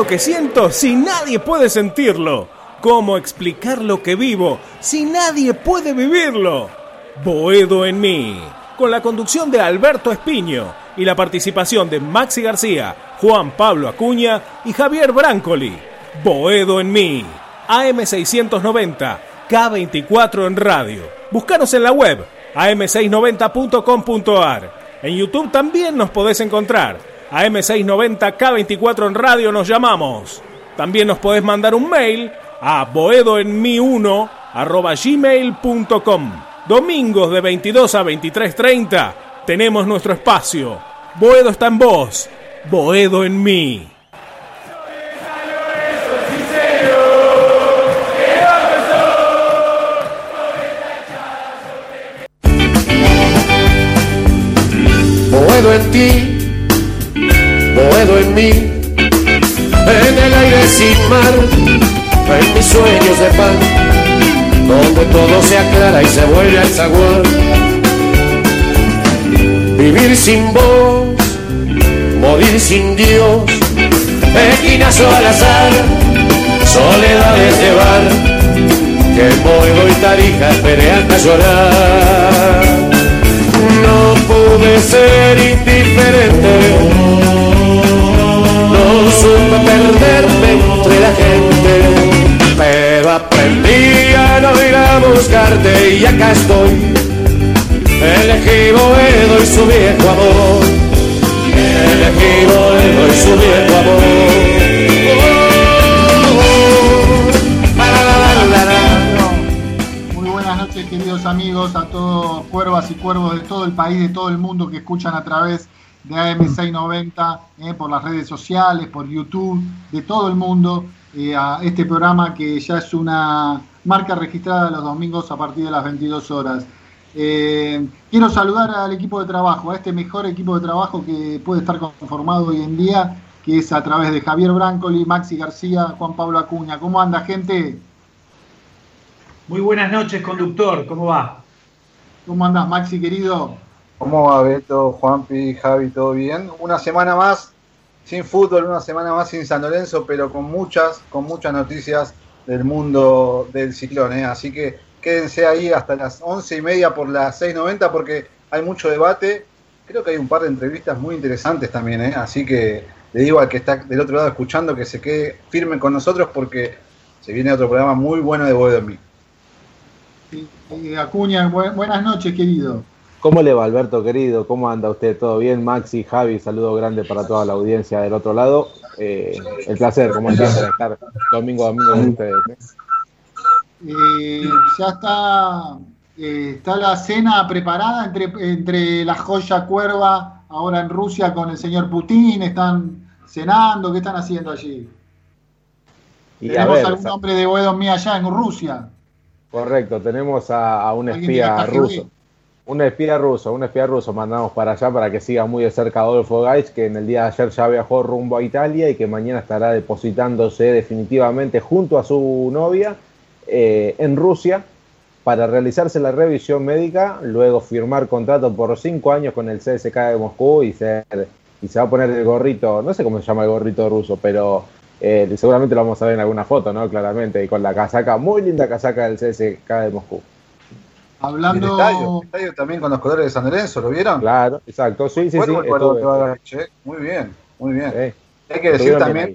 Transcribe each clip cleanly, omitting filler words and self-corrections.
que siento si nadie puede sentirlo? ¿Cómo explicar lo que vivo si nadie puede vivirlo? Boedo en mí, con la conducción de Alberto Espiño y la participación de Maxi García, Juan Pablo Acuña y Javier Brancoli. Boedo en mí, AM690, K24 en radio. Búscanos en la web, am690.com.ar. En YouTube también nos podés encontrar. AM690 K24 en radio nos llamamos. También nos podés mandar un mail a boedoenmi1@gmail.com. Domingos de 22 a 23:30 tenemos nuestro espacio. Boedo está en vos, Boedo en mí. Boedo en ti, boedo en mí, en el aire sin mar, en mis sueños de pan, donde todo se aclara y se vuelve al zaguán. Vivir sin vos, morir sin Dios, esquinazo al azar, soledades de bar, que en Boedo y Tarija esperé hasta llorar. No pude ser indiferente, no supe perderme entre la gente, pero aprendí a no ir a buscarte y acá estoy. Elegí Boedo y su viejo amor, elegí Boedo y su viejo amor. Muy buenas noches, queridos amigos, a todos cuervas y cuervos de todo el país, de todo el mundo que escuchan a través de AM690, por las redes sociales, por YouTube, de todo el mundo, a este programa que ya es una marca registrada los domingos a partir de las 22 horas. Quiero saludar al equipo de trabajo, a este mejor equipo de trabajo que puede estar conformado hoy en día, que es a través de Javier Brancoli, Maxi García, Juan Pablo Acuña. ¿Cómo anda, gente? Muy buenas noches, conductor, ¿cómo va? ¿Cómo andás, Maxi, querido? ¿Cómo va, Beto, Juanpi, Javi? ¿Todo bien? Una semana más sin fútbol, una semana más sin San Lorenzo, pero con muchas noticias del mundo del ciclón, ¿eh? Así que quédense ahí hasta las 11:30 por las 6:90 porque hay mucho debate. Creo que hay un par de entrevistas muy interesantes también, ¿eh? Así que le digo al que está del otro lado escuchando que se quede firme con nosotros porque se viene otro programa muy bueno de Boedo en mí. Acuña, buenas noches, querido. ¿Cómo le va, Alberto, querido? ¿Cómo anda usted? ¿Todo bien? Maxi, Javi, saludo grande para toda la audiencia del otro lado. El placer, como siempre, de estar domingo a domingo con ustedes, ¿eh? Ya está la cena preparada entre la joya cuerva ahora en Rusia con el señor Putin. ¿Están cenando? ¿Qué están haciendo allí? ¿Tenemos algún hombre de Boedo en mí allá en Rusia? Correcto, tenemos a un espía ruso. Un espía ruso mandamos para allá para que siga muy de cerca a Adolfo Gaich, que en el día de ayer ya viajó rumbo a Italia y que mañana estará depositándose definitivamente junto a su novia en Rusia para realizarse la revisión médica, luego firmar contrato por 5 años con el CSKA de Moscú y se va a poner el gorrito, no sé cómo se llama el gorrito ruso, pero seguramente lo vamos a ver en alguna foto, ¿no? Claramente, y con la casaca, muy linda casaca del CSKA de Moscú. Hablando... El estadio también con los colores de San Lorenzo, ¿lo vieron? Claro, exacto, sí. Muy bien. Hay que decir también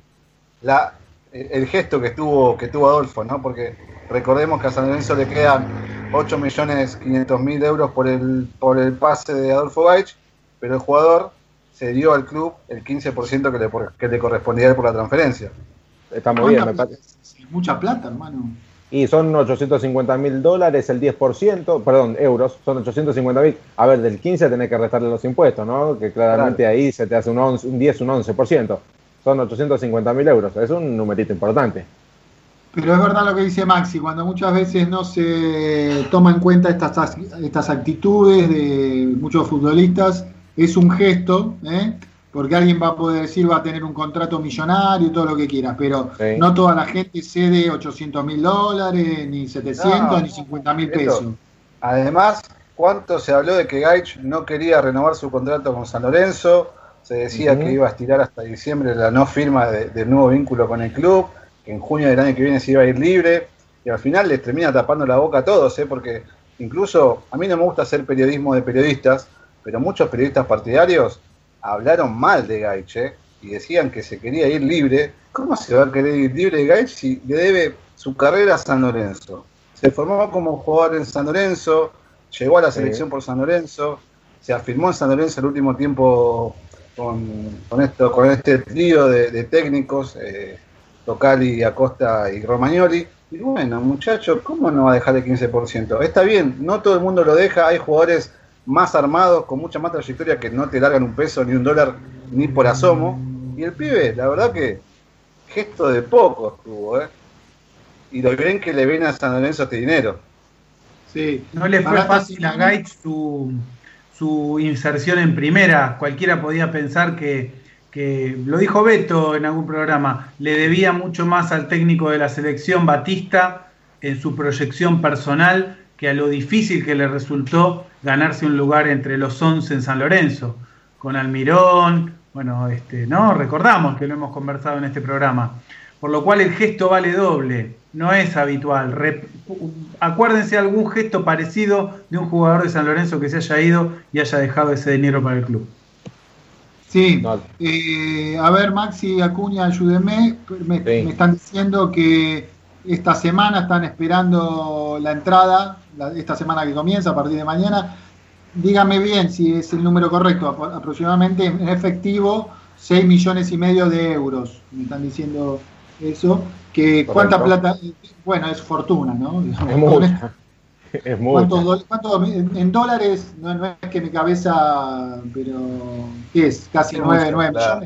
el gesto que tuvo Adolfo, ¿no? Porque recordemos que a San Lorenzo le quedan 8.500.000 euros por el pase de Adolfo Gaich, pero el jugador se dio al club el 15% que le correspondía a él por la transferencia. Está muy bien, me parece. Mucha plata, hermano. Y son $850.000, el 10%, perdón, euros, son 850.000. A ver, del 15 tenés que restarle los impuestos, ¿no? Que claramente claro. Ahí se te hace un 10, un 11%. Son 850.000 euros, es un numerito importante. Pero es verdad lo que dice Maxi, cuando muchas veces no se toma en cuenta estas actitudes de muchos futbolistas, es un gesto, porque alguien va a poder decir va a tener un contrato millonario, todo lo que quieras, pero sí. No toda la gente cede $800.000, ni 700, ni 50.000 pesos. Además, ¿cuánto se habló de que Gaich no quería renovar su contrato con San Lorenzo? Se decía que iba a estirar hasta diciembre la no firma del nuevo vínculo con el club, que en junio del año que viene se iba a ir libre, y al final les termina tapando la boca a todos, porque incluso a mí no me gusta hacer periodismo de periodistas, pero muchos periodistas partidarios hablaron mal de Gaich, y decían que se quería ir libre. ¿Cómo se va a querer ir libre de Gaich si le debe su carrera a San Lorenzo? Se formó como jugador en San Lorenzo, llegó a la selección por San Lorenzo, se afirmó en San Lorenzo el último tiempo con este trío de técnicos, Tocali, Acosta y Romagnoli. Y bueno, muchachos, ¿cómo no va a dejar el 15%? Está bien, no todo el mundo lo deja, hay jugadores más armados, con mucha más trayectoria, que no te largan un peso ni un dólar ni por asomo. Y el pibe, la verdad que gesto de pocos tuvo, y lo bien que le viene a San Lorenzo este dinero. Sí, no le fue fácil a Gaich su inserción en primera. Cualquiera podía pensar que lo dijo Beto en algún programa, le debía mucho más al técnico de la selección, Batista, en su proyección personal, que a lo difícil que le resultó ganarse un lugar entre los 11 en San Lorenzo, con Almirón, bueno, ¿no? Recordamos que lo hemos conversado en este programa, por lo cual el gesto vale doble, no es habitual. Acuérdense algún gesto parecido de un jugador de San Lorenzo que se haya ido y haya dejado ese dinero para el club. Sí, a ver, Maxi, Acuña, ayúdenme. Me están diciendo que esta semana están esperando la entrada, esta semana que comienza a partir de mañana. Dígame bien si es el número correcto, aproximadamente en efectivo 6,5 millones de euros. Me están diciendo eso. Que ¿cuánta plata? Bueno, es fortuna, ¿no? Es mucha. Es mucho. ¿Cuánto en dólares? No es que mi cabeza, pero ¿qué es? Casi 9 millones.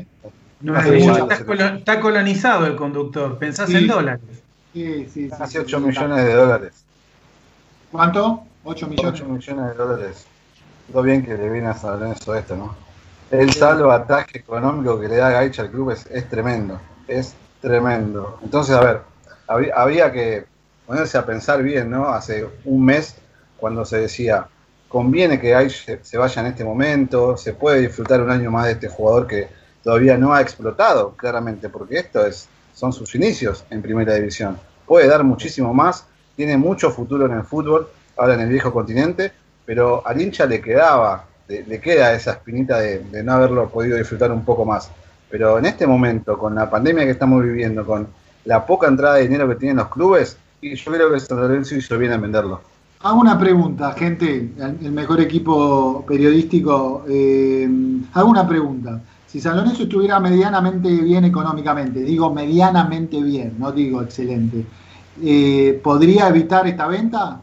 Está colonizado el conductor, pensás en dólares. Sí. Casi 8 millones de dólares. ¿Cuánto? 8 millones. 8 millones de dólares. Lo bien que le viene a San Lorenzo esto, ¿no? El salvataje económico que le da Gaich al club es tremendo. Es tremendo. Entonces, a ver, había que ponerse a pensar bien, ¿no? Hace un mes, cuando se decía, conviene que Gaich se vaya en este momento, se puede disfrutar un año más de este jugador que todavía no ha explotado, claramente, porque son sus inicios en primera división. Puede dar muchísimo más, tiene mucho futuro en el fútbol, ahora en el viejo continente, pero al hincha le queda esa espinita de no haberlo podido disfrutar un poco más. Pero en este momento, con la pandemia que estamos viviendo, con la poca entrada de dinero que tienen los clubes, y yo creo que San Lorenzo hizo bien en venderlo. Hago una pregunta, gente, el mejor equipo periodístico. Hago una pregunta. Si San Lorenzo estuviera medianamente bien económicamente, digo medianamente bien, no digo excelente, ¿podría evitar esta venta?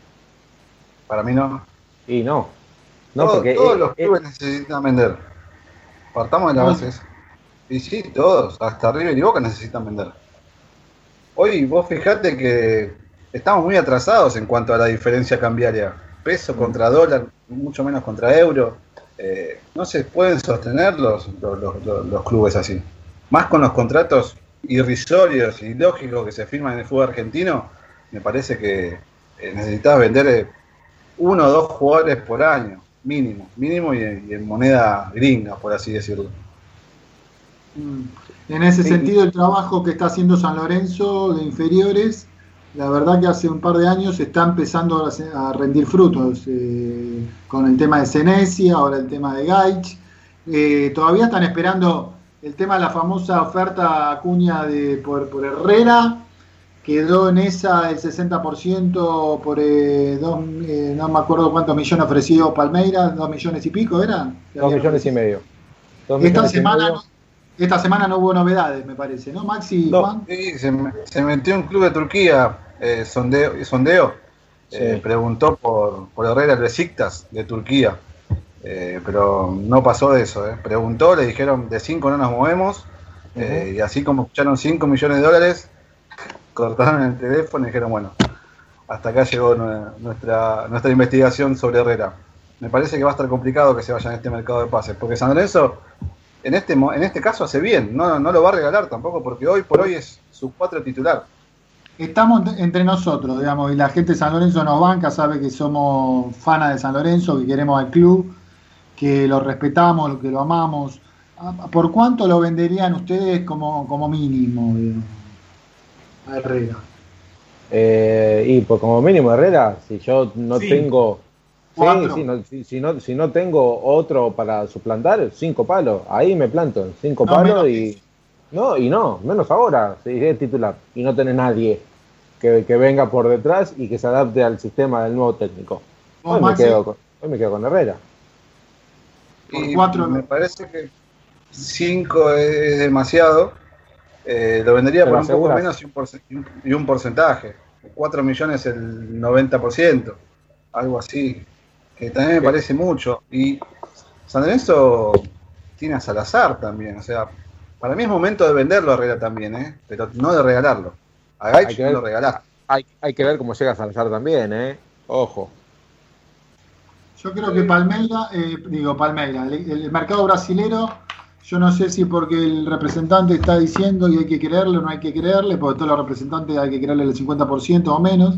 Para mí no. Y no. Porque todos los clubes necesitan vender. Partamos de la base. Y sí, todos, hasta River y Boca necesitan vender. Hoy vos fijate que estamos muy atrasados en cuanto a la diferencia cambiaria. Peso contra dólar, mucho menos contra euro. No se pueden sostener los clubes así. Más con los contratos irrisorios y lógicos que se firman en el fútbol argentino, me parece que necesitas vender 1 o 2 jugadores por año, mínimo y en moneda gringa, por así decirlo. En ese sentido, el trabajo que está haciendo San Lorenzo de inferiores, la verdad que hace un par de años está empezando a rendir frutos, con el tema de Senesi, ahora el tema de Gaich. Todavía están esperando el tema de la famosa oferta Acuña por Herrera, quedó en esa el 60% por no me acuerdo cuántos millones ofreció Palmeiras, 2 millones y pico, ¿era? 2 millones y medio. Esta semana no hubo novedades, me parece, ¿no, Maxi? No, Juan? sí, se metió un club de Turquía, sondeo, sí. Preguntó por Herrera el Besiktas de Turquía, pero no pasó de eso. Preguntó, le dijeron de 5 no nos movemos, y así como escucharon 5 millones de dólares, cortaron el teléfono y dijeron, bueno, hasta acá llegó nuestra investigación sobre Herrera. Me parece que va a estar complicado que se vaya en este mercado de pases, porque San Lorenzo en este caso hace bien, no lo va a regalar tampoco, porque hoy por hoy es su 4 titular. Estamos entre nosotros, digamos, y la gente de San Lorenzo nos banca, sabe que somos fanas de San Lorenzo, que queremos al club, que lo respetamos, que lo amamos. ¿Por cuánto lo venderían ustedes como mínimo a Herrera? Y pues como mínimo Herrera, si yo no tengo... Si no tengo otro para suplantar, 5 palos. Ahí me planto, 5 palos y... No, menos ahora, si es titular. Y no tenés nadie que venga por detrás y que se adapte al sistema del nuevo técnico. Hoy me quedo con Herrera. Y me parece que 5 es demasiado. Lo vendería por un poco menos y un porcentaje. 4 millones el 90%. Algo así. Que también me parece mucho. Y San Lorenzo tiene a Salazar también. O sea, para mí es momento de venderlo a Herrera también, pero no de regalarlo. A Gaich no lo regalás. Hay que ver cómo llega Salazar también, Ojo. Yo creo que Palmeira, el mercado brasilero, yo no sé si porque el representante está diciendo y hay que creerle o no hay que creerle, porque todos los representantes hay que creerle el 50% o menos.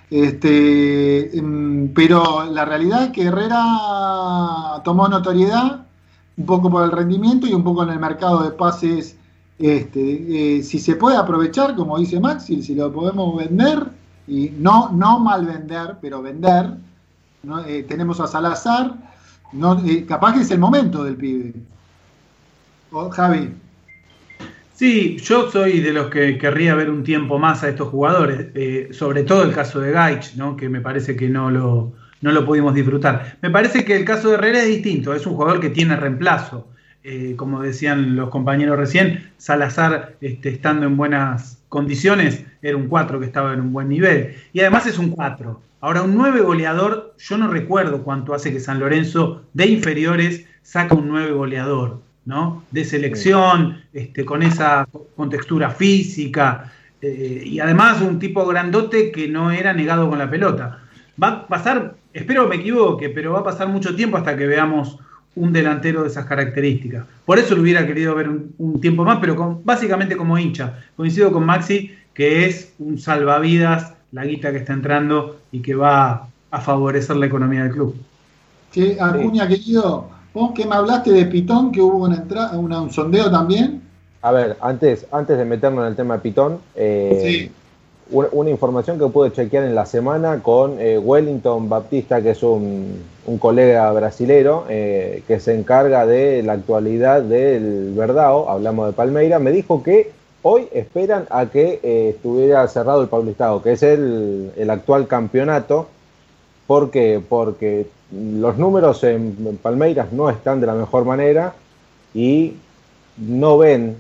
Pero la realidad es que Herrera tomó notoriedad un poco por el rendimiento y un poco en el mercado de pases. Si se puede aprovechar, como dice Maxi, si lo podemos vender, y no mal vender, pero vender, ¿no? Tenemos a Salazar, capaz que es el momento del pibe. Javi. Sí, yo soy de los que querría ver un tiempo más a estos jugadores, sobre todo el caso de Gaich, ¿no? Que me parece que no lo pudimos disfrutar. Me parece que el caso de Herrera es distinto, es un jugador que tiene reemplazo. Como decían los compañeros recién, Salazar, estando en buenas condiciones, era un 4 que estaba en un buen nivel. Y además es un 4. Ahora, un 9 goleador, yo no recuerdo cuánto hace que San Lorenzo de inferiores saca un 9 goleador, ¿no? De selección, con textura física, y además un tipo grandote que no era negado con la pelota. Va a pasar, espero me equivoque, pero va a pasar mucho tiempo hasta que veamos un delantero de esas características. Por eso lo hubiera querido ver un tiempo más, pero básicamente como hincha. Coincido con Maxi, que es un salvavidas la guita que está entrando y que va a favorecer la economía del club. Che, Acuña, querido, vos que me hablaste de Pitón, que hubo un sondeo también. A ver, antes de meternos en el tema de Pitón, una información que pude chequear en la semana con Wellington Baptista, que es un colega brasilero que se encarga de la actualidad del Verdão, hablamos de Palmeira, me dijo que hoy esperan a que estuviera cerrado el Paulistado, que es el actual campeonato. ¿Por qué? Porque los números en Palmeiras no están de la mejor manera y no ven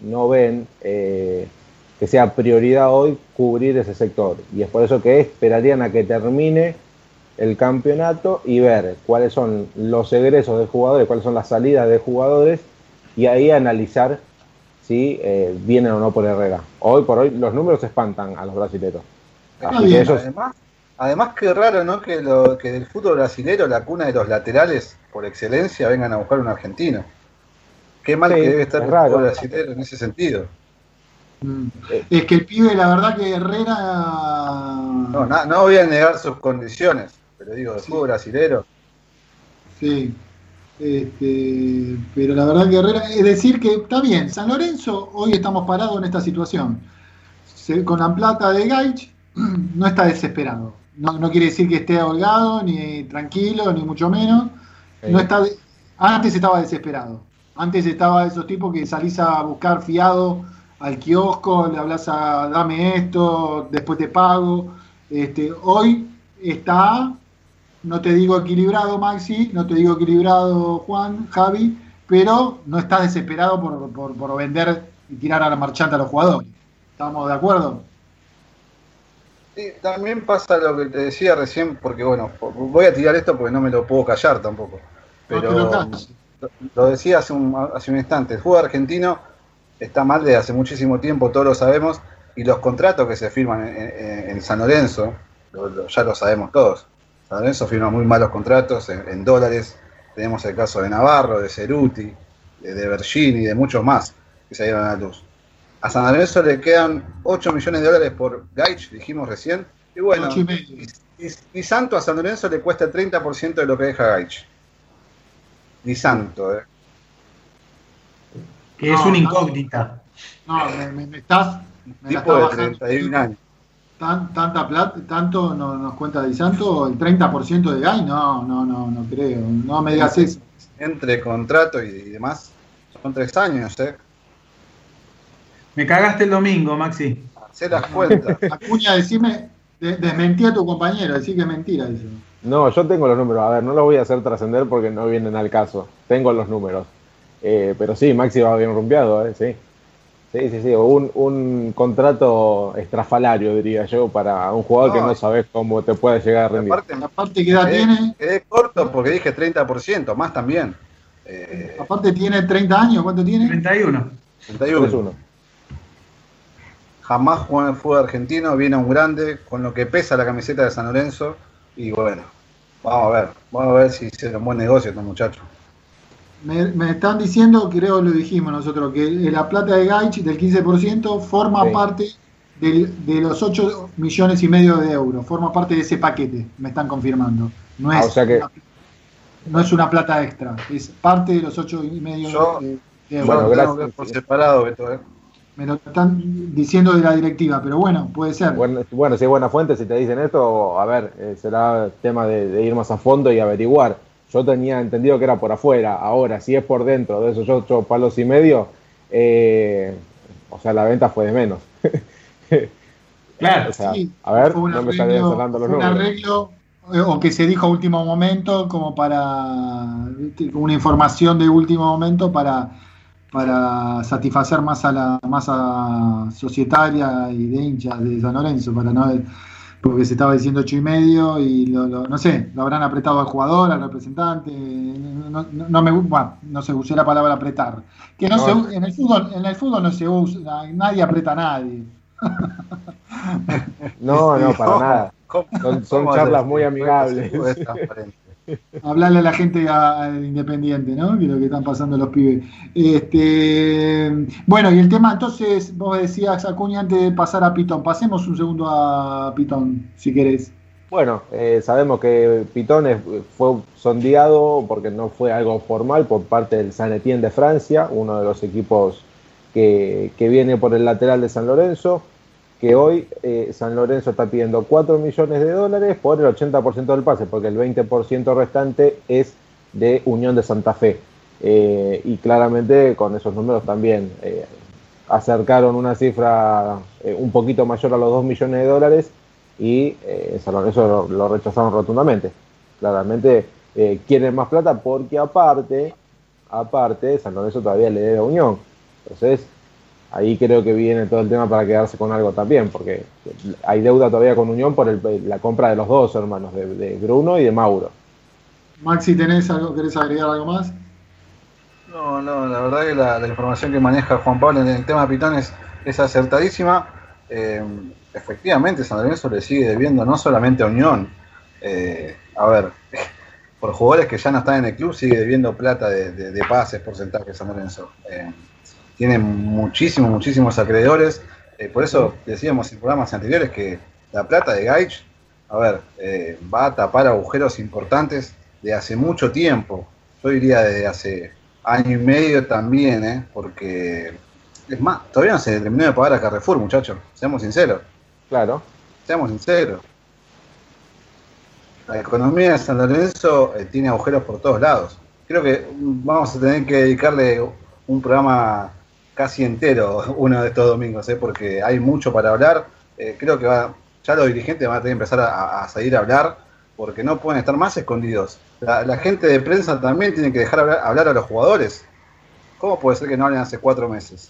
que sea prioridad hoy cubrir ese sector. Y es por eso que esperarían a que termine el campeonato y ver cuáles son los egresos de jugadores, cuáles son las salidas de jugadores y ahí analizar si vienen o no por Herrera. Hoy por hoy los números espantan a los brasileños. Así que ellos... Además qué raro, ¿no? Que del fútbol brasilero, la cuna de los laterales por excelencia, vengan a buscar un argentino. Qué mal que debe estar el fútbol brasilero en ese sentido. Es que el pibe, la verdad que Herrera... No voy a negar sus condiciones, pero digo, del fútbol brasilero. Sí. Pero la verdad que Herrera... Es decir que está bien, San Lorenzo, hoy estamos parados en esta situación. Con la plata de Gaich, no está desesperado. No quiere decir que esté holgado, ni tranquilo, ni mucho menos. No está antes estaba desesperado. Antes estaba de esos tipos que salís a buscar fiado al kiosco, le hablas a dame esto, después te pago. Hoy está, no te digo equilibrado Maxi, no te digo equilibrado Juan, Javi, pero no está desesperado por vender y tirar a la marchanta a los jugadores. ¿Estamos de acuerdo? Sí, también pasa lo que te decía recién, porque bueno, voy a tirar esto porque no me lo puedo callar tampoco. Pero lo decía hace un instante, el fútbol argentino está mal desde hace muchísimo tiempo, todos lo sabemos, y los contratos que se firman en San Lorenzo, ya lo sabemos todos. San Lorenzo firma muy malos contratos en dólares. Tenemos el caso de Navarro, de Ceruti, de Bergini y de muchos más que se dieron a la luz. A San Lorenzo le quedan 8 millones de dólares por Gaich, dijimos recién. Y bueno, Di Santo a San Lorenzo le cuesta el 30% de lo que deja Gaich. Di Santo, Que es una incógnita. No, me estás... Tipo de 31 años. Tanta plata, tanto nos cuenta Di Santo, el 30% de Gay, no creo, no me digas eso. Entre contrato y demás, son 3 años, Me cagaste el domingo, Maxi. Hacé las cuentas. Acuña, decime, desmentí a tu compañero, decir que es mentira eso. No, yo tengo los números, a ver, no los voy a hacer trascender porque no vienen al caso, tengo los números. Pero sí, Maxi va bien rumbeado, sí. Sí, un contrato estrafalario, diría yo, para un jugador que no sabes cómo te puede llegar a rendir. Aparte, ¿qué edad tiene? Quedé corto porque dije 30%, más también. Aparte tiene 30 años, ¿cuánto tiene? 31. 31. Jamás jugó en el fútbol argentino, viene a un grande, con lo que pesa la camiseta de San Lorenzo, y bueno, vamos a ver si hicieron un buen negocio estos muchachos. Me están diciendo, creo lo dijimos nosotros, que la plata de Gaich del 15% forma parte de los 8 millones y medio de euros, forma parte de ese paquete, me están confirmando. No es, no es una plata extra, es parte de los 8 y medio de euros. Bueno, gracias por separado, Beto. Me lo están diciendo de la directiva, pero bueno, puede ser. Bueno, si hay buena fuente, si te dicen esto, a ver, será tema de ir más a fondo y averiguar. Yo tenía entendido que era por afuera, ahora si es por dentro de esos 8 palos y medio, o sea, la venta fue de menos. Claro, o sea, sí, a ver, no me estarían cerrando los números. Un arreglo, o que se dijo a último momento, como para una información de último momento para satisfacer más a la masa societaria y de hinchas de San Lorenzo, para no porque se estaba diciendo 8 y medio y no sé, lo habrán apretado al jugador, al representante, no se usé la palabra apretar, que en el fútbol no se usa, nadie aprieta a nadie. No, para nada. Son charlas muy amigables. Hablarle a la gente independiente, ¿no? Que es lo que están pasando los pibes. Bueno, y el tema, entonces, vos decías, Acuña, antes de pasar a Pitón, pasemos un segundo a Pitón, si querés. Bueno, sabemos que Pitón fue sondeado porque no fue algo formal por parte del Saint-Étienne de Francia, uno de los equipos que viene por el lateral de San Lorenzo, que hoy San Lorenzo está pidiendo $4 millones por el 80% del pase, porque el 20% restante es de Unión de Santa Fe. Y claramente con esos números también acercaron una cifra un poquito mayor a los $2 millones y San Lorenzo lo rechazaron rotundamente. Claramente quieren más plata porque aparte San Lorenzo todavía le debe a Unión. Entonces ahí creo que viene todo el tema para quedarse con algo también, porque hay deuda todavía con Unión por la compra de los dos hermanos, de Bruno y de Mauro. Maxi, ¿tenés algo? ¿Querés agregar algo más? No, la verdad que la información que maneja Juan Pablo en el tema de Pitón es acertadísima. Efectivamente, San Lorenzo le sigue debiendo no solamente a Unión. A ver, por jugadores que ya no están en el club, sigue debiendo plata de pases, porcentaje San Lorenzo. Tiene muchísimos acreedores. Por eso decíamos en programas anteriores que la plata de Gaich, va a tapar agujeros importantes de hace mucho tiempo. Yo diría desde hace año y medio también, porque es más, todavía no se terminó de pagar a Carrefour, muchachos. Seamos sinceros. Claro. Seamos sinceros. La economía de San Lorenzo tiene agujeros por todos lados. Creo que vamos a tener que dedicarle un programa casi entero uno de estos domingos, porque hay mucho para hablar. Creo que ya los dirigentes van a tener que empezar a salir a hablar, porque no pueden estar más escondidos. La gente de prensa también tiene que dejar hablar a los jugadores. ¿Cómo puede ser que no hablen hace 4 meses?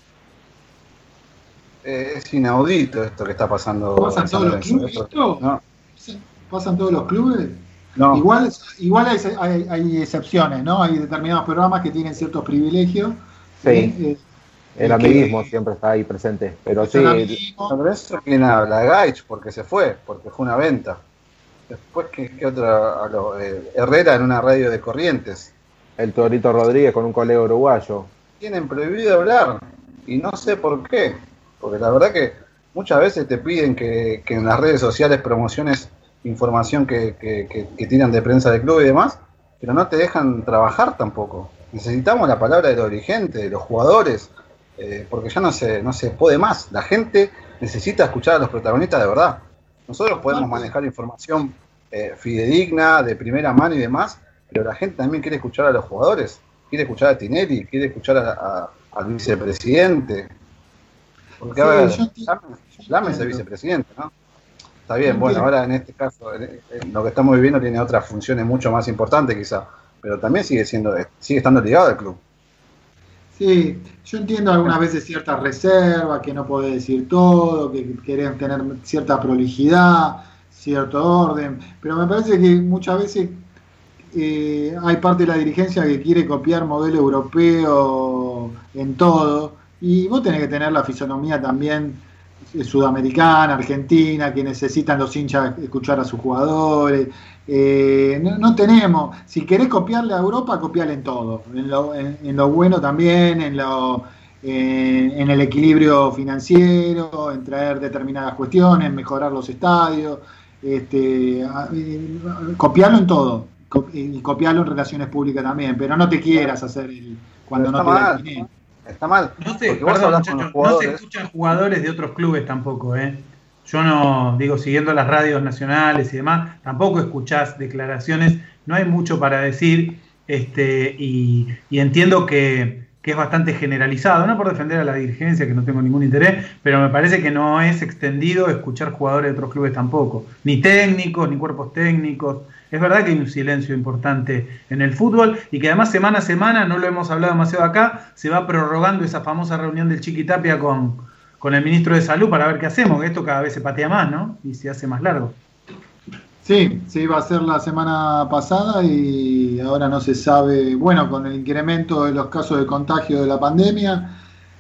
Es inaudito esto que está pasando. ¿Pasan todos los clubes esto? ¿No? ¿Pasan todos los clubes? No. Igual hay excepciones, ¿no? Hay determinados programas que tienen ciertos privilegios. Sí. El amiguismo siempre está ahí presente. Pero sí. Pero eso quién habla, Gaich, porque fue una venta. Después, ¿qué otro? Herrera en una radio de Corrientes. El Torito Rodríguez con un colega uruguayo. Tienen prohibido hablar. Y no sé por qué. Porque la verdad que muchas veces te piden que en las redes sociales promociones información que tiran de prensa de club y demás, pero no te dejan trabajar tampoco. Necesitamos la palabra de los dirigentes, de los jugadores, porque ya no se puede más. La gente necesita escuchar a los protagonistas de verdad. Nosotros podemos manejar información fidedigna, de primera mano y demás, pero la gente también quiere escuchar a los jugadores, quiere escuchar a Tinelli, quiere escuchar al vicepresidente. Porque a ver, llámese vicepresidente, ¿no? Está bien, bueno, ahora en este caso, lo que estamos viviendo tiene otras funciones mucho más importantes quizá, pero también sigue estando ligado al club. Sí, yo entiendo algunas veces ciertas reservas, que no podés decir todo, que querés tener cierta prolijidad, cierto orden, pero me parece que muchas veces hay parte de la dirigencia que quiere copiar modelo europeo en todo, y vos tenés que tener la fisonomía también sudamericana, argentina, que necesitan los hinchas escuchar a sus jugadores. No tenemos, si querés copiarle a Europa, copiarle en todo, en lo bueno también, en el equilibrio financiero, en traer determinadas cuestiones, mejorar los estadios, copiarlo en todo, y copiarlo en relaciones públicas también, pero no te quieras hacer cuando no te da el dinero. Está mal. No se escuchan jugadores de otros clubes tampoco, Yo no, digo, siguiendo las radios nacionales y demás, tampoco escuchás declaraciones, no hay mucho para decir, y entiendo que es bastante generalizado, no por defender a la dirigencia, que no tengo ningún interés, pero me parece que no es extendido escuchar jugadores de otros clubes tampoco, ni técnicos, ni cuerpos técnicos. Es verdad que hay un silencio importante en el fútbol y que además semana a semana, no lo hemos hablado demasiado acá, se va prorrogando esa famosa reunión del Chiqui Tapia con el ministro de Salud para ver qué hacemos, que esto cada vez se patea más, ¿no? Y se hace más largo. Sí, se iba a hacer la semana pasada y ahora no se sabe, bueno, con el incremento de los casos de contagio de la pandemia,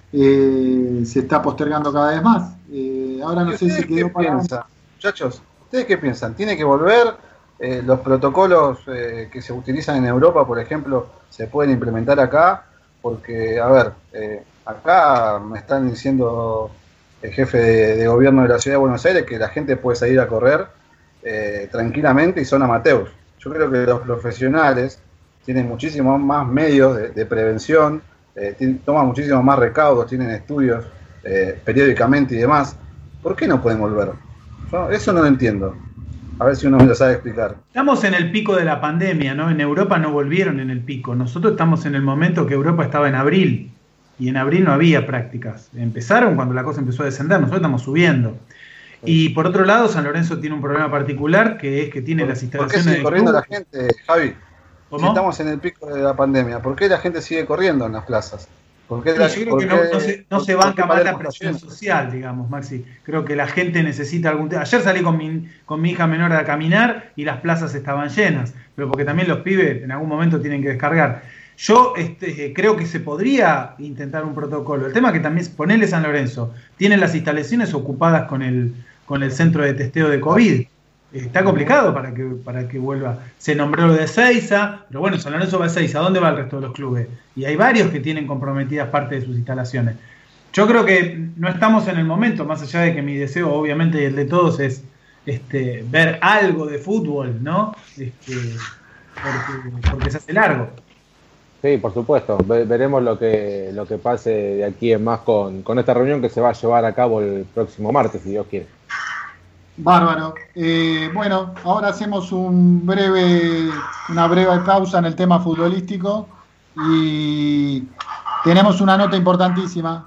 se está postergando cada vez más. Ahora no sé si quedó para... Muchachos, ¿ustedes qué piensan? ¿Tiene que volver? Los protocolos que se utilizan en Europa, por ejemplo, se pueden implementar acá, porque, a ver, acá me están diciendo el jefe de gobierno de la Ciudad de Buenos Aires que la gente puede salir a correr tranquilamente y son amateurs. Yo creo que los profesionales tienen muchísimos más medios de prevención, toman muchísimos más recaudos, tienen estudios periódicamente y demás. ¿Por qué no pueden volver? Yo eso no lo entiendo. A ver si uno me lo sabe explicar. Estamos en el pico de la pandemia, ¿no? En Europa no volvieron en el pico. Nosotros estamos en el momento que Europa estaba en abril. Y en abril no había prácticas. Empezaron cuando la cosa empezó a descender. Nosotros estamos subiendo. Y por otro lado, San Lorenzo tiene un problema particular, que es que tiene las instalaciones... ¿Por qué sigue corriendo la gente, Javi? ¿Cómo? Si estamos en el pico de la pandemia, ¿por qué la gente sigue corriendo en las plazas? Yo creo que no se banca más la presión social, digamos, Maxi. Creo que la gente necesita algún... Ayer salí con mi hija menor a caminar y las plazas estaban llenas, pero porque también los pibes en algún momento tienen que descargar. Yo creo que se podría intentar un protocolo. El tema es que también, ponele San Lorenzo, tiene las instalaciones ocupadas con el centro de testeo de COVID. Está complicado para que vuelva. Se nombró lo de Ezeiza, pero bueno, San Lorenzo va a Ezeiza. ¿A dónde va el resto de los clubes? Y hay varios que tienen comprometidas parte de sus instalaciones. Yo creo que no estamos en el momento, más allá de que mi deseo, obviamente, y el de todos, es ver algo de fútbol, ¿no? Porque se hace largo. Sí, por supuesto. Veremos lo que pase de aquí en más con esta reunión que se va a llevar a cabo el próximo martes, si Dios quiere. Bárbaro. Bueno, ahora hacemos una breve pausa en el tema futbolístico y tenemos una nota importantísima.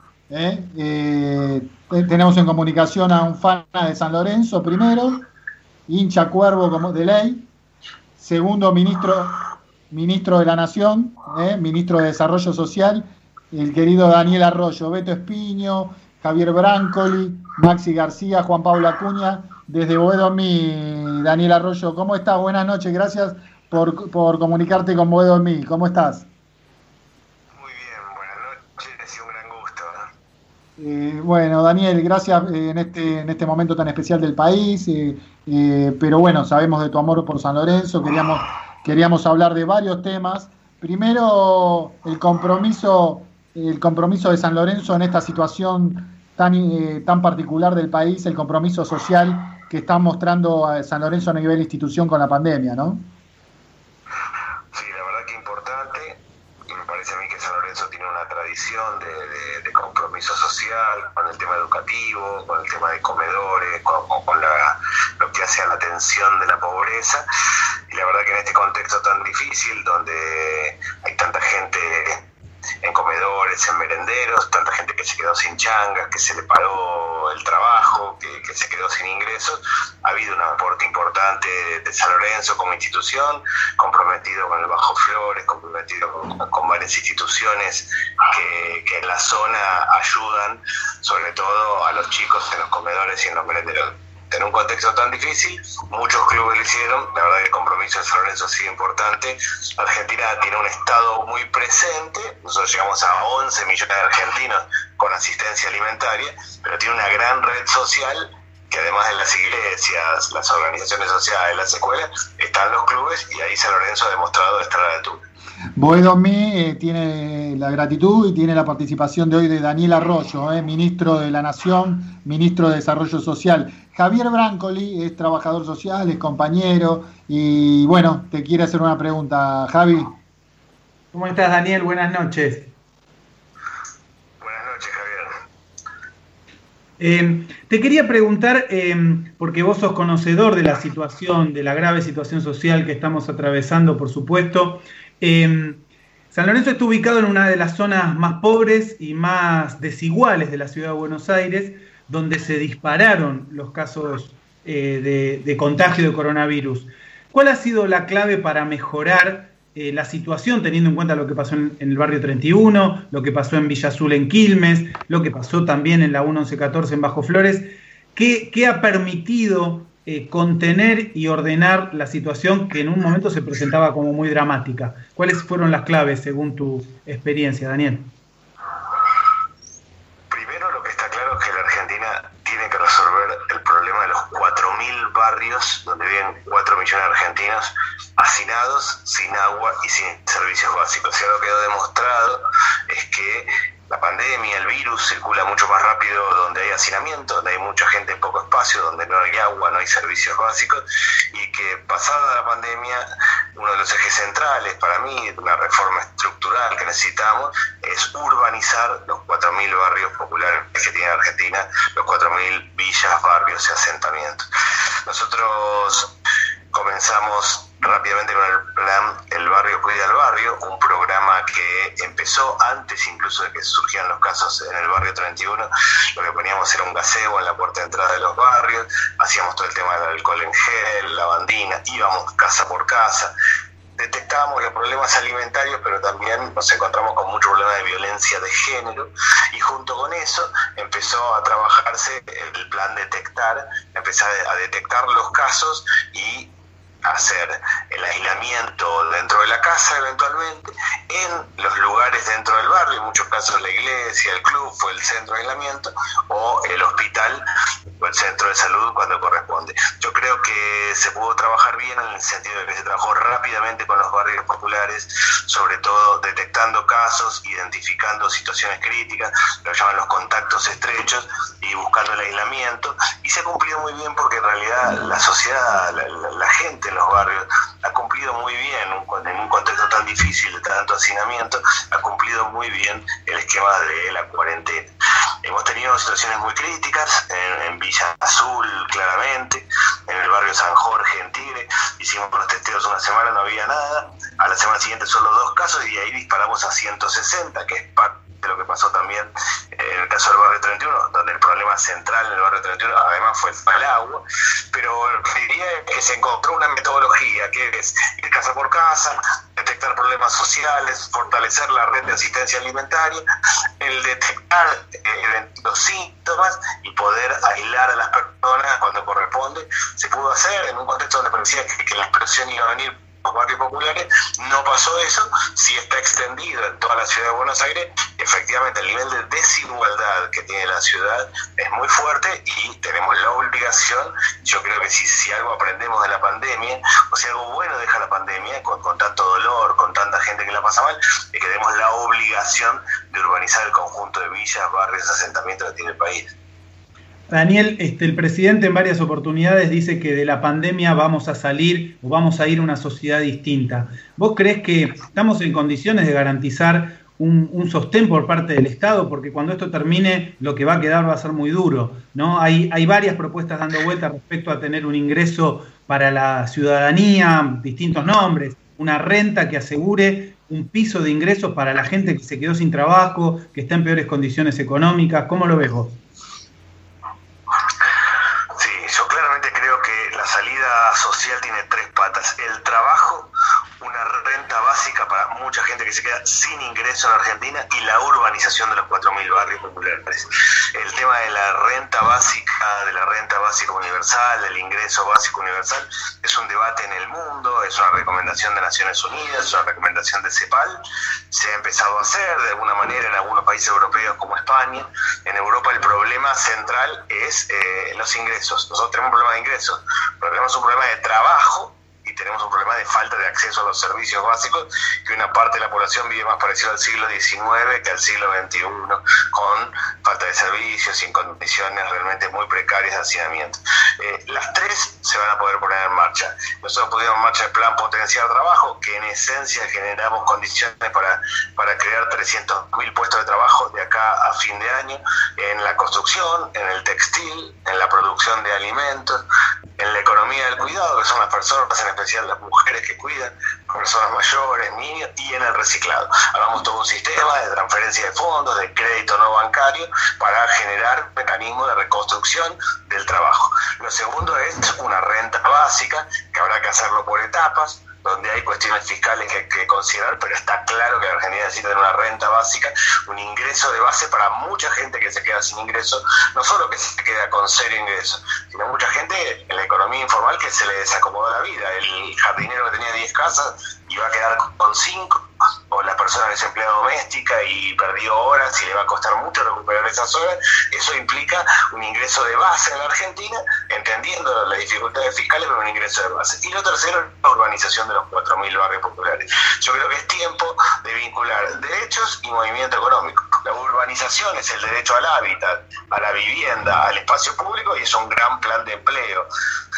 Tenemos en comunicación a un fan de San Lorenzo, primero, hincha cuervo como de ley, segundo, ministro de la Nación, ministro de Desarrollo Social, el querido Daniel Arroyo, Beto Espiño, Javier Brancoli, Maxi García, Juan Pablo Acuña, desde Boedo en Mí. Daniel Arroyo, ¿cómo estás? Buenas noches, gracias por comunicarte con Boedo en Mí. ¿Cómo estás? Muy bien, buenas noches y un gran gusto. Bueno, Daniel, gracias en este momento tan especial del país, pero bueno, sabemos de tu amor por San Lorenzo, queríamos hablar de varios temas. Primero, el compromiso de San Lorenzo en esta situación tan particular del país, el compromiso social que está mostrando a San Lorenzo a nivel institución con la pandemia, ¿no? Sí, la verdad que importante, y me parece a mí que San Lorenzo tiene una tradición visión de compromiso social, con el tema educativo, con el tema de comedores, con lo que hace a la atención de la pobreza. Y la verdad que en este contexto tan difícil, donde hay tanta gente en comedores, en merenderos, tanta gente que se quedó sin changas, que se le paró el trabajo, que se quedó sin ingresos, ha habido un aporte importante de San Lorenzo como institución, comprometido con el Bajo Flores, comprometido con varias instituciones que en la zona ayudan, sobre todo a los chicos en los comedores y en los merenderos. En un contexto tan difícil, muchos clubes lo hicieron. La verdad que el compromiso de San Lorenzo ha sido importante. Argentina tiene un Estado muy presente. Nosotros llegamos a 11 millones de argentinos con asistencia alimentaria, pero tiene una gran red social que además de las iglesias, las organizaciones sociales, las escuelas, están los clubes, y ahí San Lorenzo ha demostrado estar a la altura. Boedo Mí tiene la gratitud y tiene la participación de hoy de Daniel Arroyo, ministro de la Nación, ministro de Desarrollo Social. Javier Brancoli es trabajador social, es compañero, y bueno, te quiere hacer una pregunta, Javi. ¿Cómo estás, Daniel? Buenas noches. Buenas noches, Javier. Te quería preguntar, porque vos sos conocedor de la situación, de la grave situación social que estamos atravesando, por supuesto. San Lorenzo está ubicado en una de las zonas más pobres y más desiguales de la ciudad de Buenos Aires, donde se dispararon los casos de contagio de coronavirus. ¿Cuál ha sido la clave para mejorar la situación, teniendo en cuenta lo que pasó en el barrio 31, lo que pasó en Villa Azul en Quilmes, lo que pasó también en la 1114 en Bajo Flores? ¿Qué ha permitido contener y ordenar la situación que en un momento se presentaba como muy dramática? ¿Cuáles fueron las claves según tu experiencia, Daniel? Primero, lo que está claro es que la Argentina tiene que resolver el problema de los 4.000 barrios donde viven 4 millones de argentinos hacinados, sin agua y sin servicios básicos. Y algo que quedó demostrado es que la pandemia, el virus, circula mucho más rápido donde hay hacinamiento, donde hay mucha gente en poco espacio, donde no hay agua, no hay servicios básicos, y que pasada la pandemia, uno de los ejes centrales para mí, de una reforma estructural que necesitamos, es urbanizar los 4.000 barrios populares que tiene Argentina, los 4.000 villas, barrios y asentamientos. Nosotros comenzamos rápidamente con el plan El Barrio Cuida al Barrio, un programa que empezó antes incluso de que surgieran los casos en el barrio 31. Lo que poníamos era un gazebo en la puerta de entrada de los barrios, hacíamos todo el tema del alcohol en gel, lavandina, íbamos casa por casa, detectábamos los problemas alimentarios, pero también nos encontramos con mucho problema de violencia de género, y junto con eso empezó a trabajarse el plan Detectar, empezar a detectar los casos y hacer el aislamiento dentro de la casa eventualmente, en los lugares dentro del barrio, en muchos casos la iglesia, el club fue el centro de aislamiento, o el hospital o el centro de salud cuando corresponde. Yo creo que se pudo trabajar bien en el sentido de que se trabajó rápidamente con los barrios populares, sobre todo detectando casos, identificando situaciones críticas, lo llaman los contactos estrechos, y buscando el aislamiento, y se ha cumplido muy bien porque en realidad la sociedad, la gente en los barrios ha cumplido muy bien, en un contexto tan difícil de tanto hacinamiento, ha cumplido muy bien el esquema de la cuarentena. Hemos tenido situaciones muy críticas en Villa Azul, claramente, en el barrio San Jorge, en Tigre. Hicimos los testeos una semana, no había nada. A la semana siguiente solo 2 casos, y ahí disparamos a 160, que es parte de lo que pasó también en el caso del barrio 31, donde el problema central en el barrio 31 además fue el agua. Pero diría que se encontró una metodología que es ir casa por casa, detectar problemas sociales, fortalecer la red de asistencia alimentaria, el detectar los síntomas y poder aislar a las personas cuando corresponde. Se pudo hacer en un contexto donde parecía que la explosión iba a venir los barrios populares. No pasó eso, sí está extendido en toda la ciudad de Buenos Aires. Efectivamente, el nivel de desigualdad que tiene la ciudad es muy fuerte, y tenemos la obligación, yo creo que si algo aprendemos de la pandemia, o si algo bueno deja la pandemia, con tanto dolor, con tanta gente que la pasa mal, es que tenemos la obligación de urbanizar el conjunto de villas, barrios, asentamientos que tiene el país. Daniel, el presidente en varias oportunidades dice que de la pandemia vamos a salir o vamos a ir a una sociedad distinta. ¿Vos creés que estamos en condiciones de garantizar un sostén por parte del Estado, porque cuando esto termine lo que va a quedar va a ser muy duro, ¿no? Hay varias propuestas dando vueltas respecto a tener un ingreso para la ciudadanía, distintos nombres, una renta que asegure un piso de ingresos para la gente que se quedó sin trabajo, que está en peores condiciones económicas. ¿Cómo lo ves vos? Sí, yo claramente creo que la salida social tiene tres patas: el trabajo, una renta básica para mucha gente que se queda sin ingreso en Argentina, y la urbanización de los 4.000 barrios populares. El tema de la renta básica universal, del ingreso básico universal, es un debate en el mundo, es una recomendación de Naciones Unidas, es una recomendación de CEPAL, se ha empezado a hacer de alguna manera en algunos países europeos como España. En Europa el problema central es los ingresos. Nosotros tenemos un problema de ingresos, pero tenemos un problema de trabajo, y tenemos un problema de falta de acceso a los servicios básicos, que una parte de la población vive más parecido al siglo XIX que al siglo XXI, con falta de servicios, sin condiciones realmente muy precarias de hacinamiento. Las tres se van a poder poner en marcha. Nosotros pusimos en marcha el plan Potenciar Trabajo, que en esencia generamos condiciones para crear 300.000 puestos de trabajo de acá a fin de año, en la construcción, en el textil, en la producción de alimentos, en la economía del cuidado, que son las personas, en especial las mujeres que cuidan, personas mayores, niños, y en el reciclado. Hagamos todo un sistema de transferencia de fondos, de crédito no bancario, para generar mecanismos de reconstrucción del trabajo. Lo segundo es una renta básica, que habrá que hacerlo por etapas, donde hay cuestiones fiscales que hay que considerar, pero está claro que la Argentina necesita tener una renta básica, un ingreso de base para mucha gente que se queda sin ingreso, no solo que se queda con cero ingreso, sino mucha gente en la economía informal que se le desacomodó la vida. El jardinero que tenía 10 casas iba a quedar con 5, o la persona desempleada doméstica y perdió horas y le va a costar mucho recuperar esas horas. Eso implica un ingreso de base en la Argentina, entendiendo las dificultades fiscales, pero un ingreso de base. Y lo tercero, la urbanización de los 4.000 barrios populares. Yo creo que es tiempo de vincular derechos y movimiento económico. La urbanización es el derecho al hábitat, a la vivienda, al espacio público, y es un gran plan de empleo.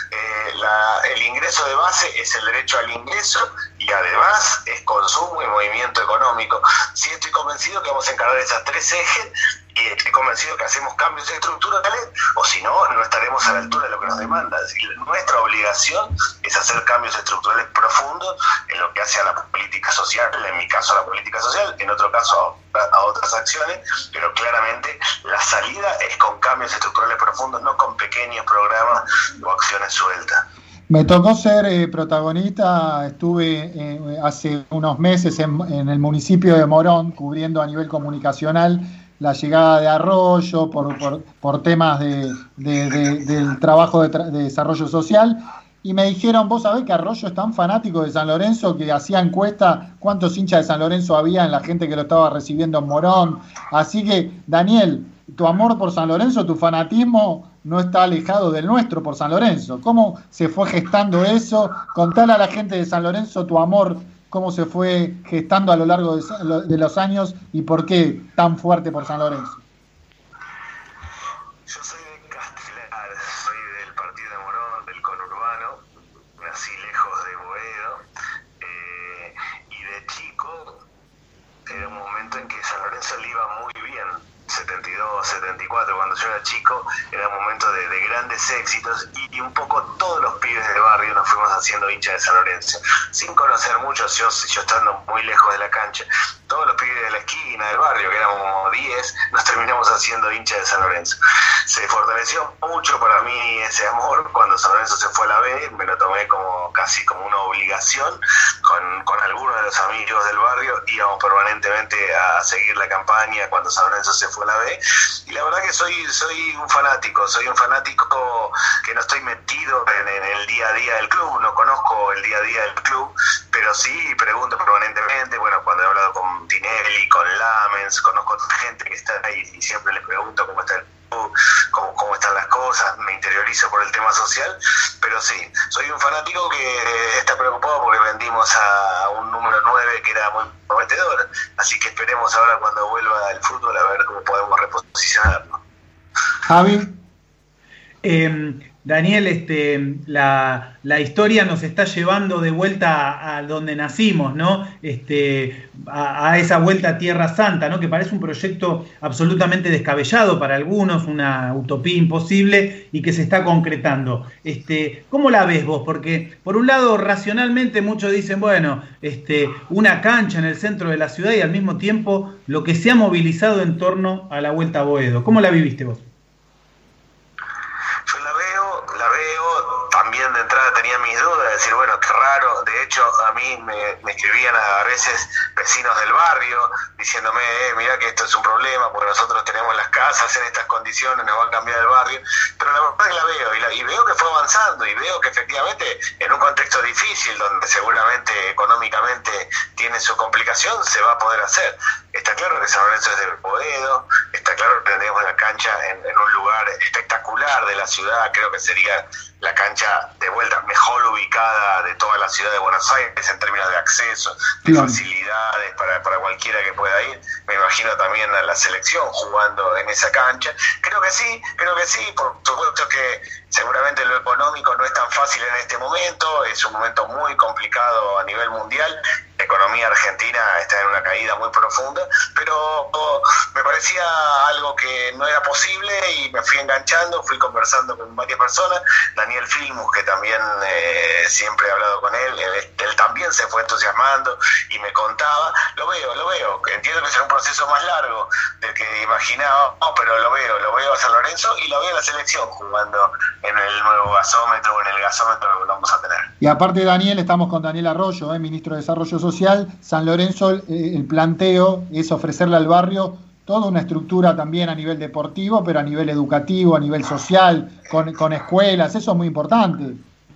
El ingreso de base es el derecho al ingreso, y además es consumo y movimiento económico. Sí, estoy convencido que vamos a encarar esas tres ejes, y estoy convencido que hacemos cambios estructurales, o si no, no estaremos a la altura de lo que nos demanda. Es decir, nuestra obligación es hacer cambios estructurales profundos en lo que hace a la política social, en mi caso a la política social, en otro caso a otras acciones, pero claramente la salida es con cambios estructurales profundos, no con pequeños programas o acciones sueltas. Me tocó ser protagonista, estuve hace unos meses en el municipio de Morón, cubriendo a nivel comunicacional la llegada de Arroyo por temas del trabajo de desarrollo social, y me dijeron, vos sabés que Arroyo es tan fanático de San Lorenzo que hacía encuesta cuántos hinchas de San Lorenzo había en la gente que lo estaba recibiendo en Morón. Así que, Daniel, tu amor por San Lorenzo, tu fanatismo no está alejado del nuestro por San Lorenzo. ¿Cómo se fue gestando eso? Contale a la gente de San Lorenzo tu amor, cómo se fue gestando a lo largo de los años y por qué tan fuerte por San Lorenzo. Yo soy de Castelar, soy del partido de Morón, del conurbano, nací lejos de Boedo, y de chico era un momento en que San Lorenzo le iba muy bien. 72, 74, cuando yo era chico, era un momento de grandes éxitos, y un poco todos los pibes del barrio nos fuimos haciendo hinchas de San Lorenzo, sin conocer mucho, yo estando muy lejos de la cancha. Todos los pibes de la esquina del barrio, que éramos como 10, nos terminamos haciendo hinchas de San Lorenzo. Se fortaleció mucho para mí ese amor cuando San Lorenzo se fue a la B, me lo tomé casi como una obligación. Con algunos de los amigos del barrio íbamos permanentemente a seguir la campaña cuando San Lorenzo se fue a la B, y la verdad que soy un fanático que no estoy metido en el día a día del club, no conozco el día a día del club, pero sí pregunto permanentemente. Bueno, cuando he hablado con Tinelli, con Lamens, conozco gente que está ahí y siempre les pregunto cómo está el club, cómo están las cosas, me interiorizo por el tema social, pero sí, soy un fanático que está preocupado porque vendimos a un número 9 que era muy prometedor, así que esperemos ahora cuando vuelva el fútbol a ver cómo podemos reposicionarlo. Javi. Daniel, la historia nos está llevando de vuelta a donde nacimos, ¿no? A esa vuelta a Tierra Santa, ¿no? Que parece un proyecto absolutamente descabellado para algunos, una utopía imposible y que se está concretando. ¿Cómo la ves vos? Porque, por un lado, racionalmente muchos dicen, bueno, una cancha en el centro de la ciudad y al mismo tiempo lo que se ha movilizado en torno a la Vuelta a Boedo. ¿Cómo la viviste vos? También de entrada tenía mis dudas, de decir, bueno, qué raro. De hecho, a mí me escribían a veces vecinos del barrio diciéndome, mirá que esto es un problema porque nosotros tenemos las casas en estas condiciones, nos va a cambiar el barrio. Pero la verdad que la veo, y veo que fue avanzando, y veo que efectivamente en un contexto difícil, donde seguramente económicamente tiene su complicación, se va a poder hacer. Está claro que San Lorenzo es de Boedo, está claro que tenemos la cancha en un lugar espectacular de la ciudad, creo que sería la cancha de vuelta mejor ubicada de toda la ciudad de Buenos Aires en términos de acceso, de facilidades para cualquiera que pueda ir. Me imagino también a la selección jugando en esa cancha. Creo que sí, por supuesto que seguramente lo económico no es tan fácil en este momento, es un momento muy complicado a nivel mundial. La economía argentina está en una caída muy profunda, pero me parecía algo que no era posible y me fui enganchando, fui conversando con varias personas. Daniel Filmus, que también siempre he hablado con él también se fue entusiasmando y me contaba. Lo veo, entiendo que será un proceso más largo del que imaginaba, pero lo veo a San Lorenzo y lo veo a la selección jugando en el nuevo gasómetro o en el gasómetro que vamos a tener. Y aparte, Daniel, estamos con Daniel Arroyo, ministro de Desarrollo Social. San Lorenzo, el planteo es ofrecerle al barrio toda una estructura también a nivel deportivo, pero a nivel educativo, a nivel social, con escuelas. Eso es muy importante.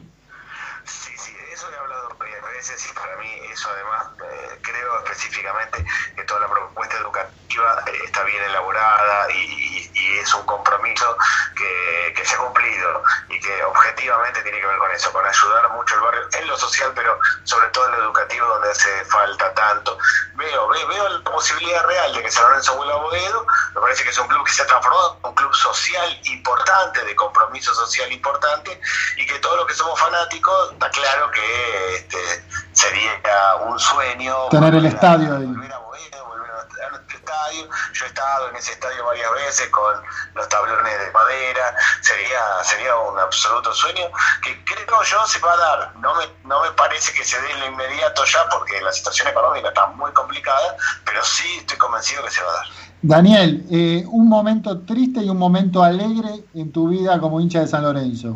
Sí, eso he hablado varias veces y para mí eso además creo específicamente que toda la propuesta educativa está bien elaborada y es un compromiso que se ha cumplido y que objetivamente tiene que ver con eso, con ayudar mucho al barrio en lo social, pero sobre todo en lo educativo, donde hace falta tanto. Veo la posibilidad real de que San Lorenzo vuelva a Boedo. Me parece que es un club que se ha transformado en un club social importante, de compromiso social importante, y que todos los que somos fanáticos, está claro que sería un sueño tener el estadio ahí. Volver a Boedo, volver a nuestro estadio. Yo he estado en ese estadio varias veces con los tablones de madera. Sería un absoluto sueño que creo yo se va a dar. No me parece que se dé de inmediato ya, porque la situación económica está muy complicada, pero sí estoy convencido que se va a dar. Daniel, un momento triste y un momento alegre en tu vida como hincha de San Lorenzo.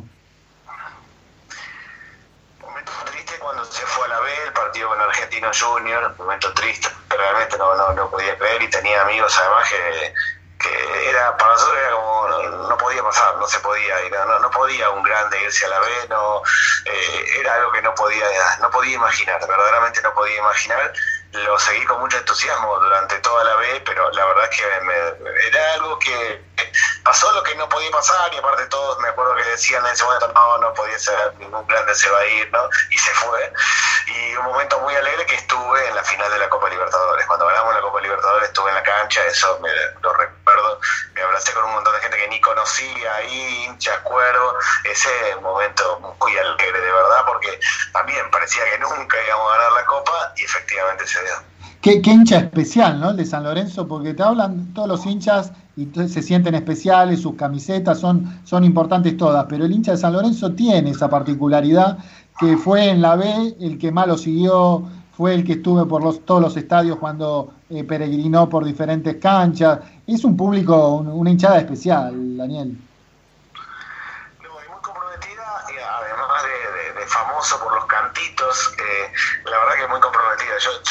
Momento triste cuando se fue a la B, el partido con Argentino Junior, momento triste, realmente no podía creer, y tenía amigos además que para nosotros era como no podía pasar, no se podía ir, no podía un grande irse a la B, era algo que no podía imaginar, verdaderamente no podía imaginar. Lo seguí con mucho entusiasmo durante toda la B, pero la verdad es que era algo que pasó lo que no podía pasar, y aparte todos me acuerdo que decían en ese momento no podía ser, ningún grande se va a ir, ¿no? Y se fue. Y un momento muy alegre que estuve en la final de la Copa Libertadores. Cuando ganamos la Copa Libertadores estuve en la cancha, eso lo recuerdo. Me abracé con un montón de gente que ni conocía ahí, hinchas, cuervos. Ese momento muy alegre, de verdad, porque también parecía que nunca íbamos a ganar la Copa, y efectivamente se dio. Qué hincha especial, ¿no? El de San Lorenzo, porque te hablan todos los hinchas y se sienten especiales, sus camisetas son importantes todas, pero el hincha de San Lorenzo tiene esa particularidad, que fue en la B el que más lo siguió, fue el que estuve por todos los estadios cuando peregrinó por diferentes canchas. Es un público, una hinchada especial, Daniel. Muy comprometida, y además de famoso por los cantitos, la verdad que es muy comprometida.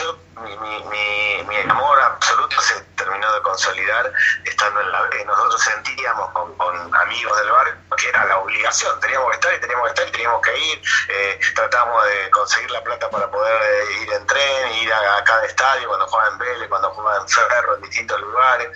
Mi amor absoluto se terminó de consolidar estando en la B. Nosotros sentíamos con amigos del barrio que era la obligación, teníamos que teníamos que ir. Tratábamos de conseguir la plata para poder ir en tren, ir a cada estadio, cuando jugaba en Vélez, cuando jugaba en Ferro, en distintos lugares.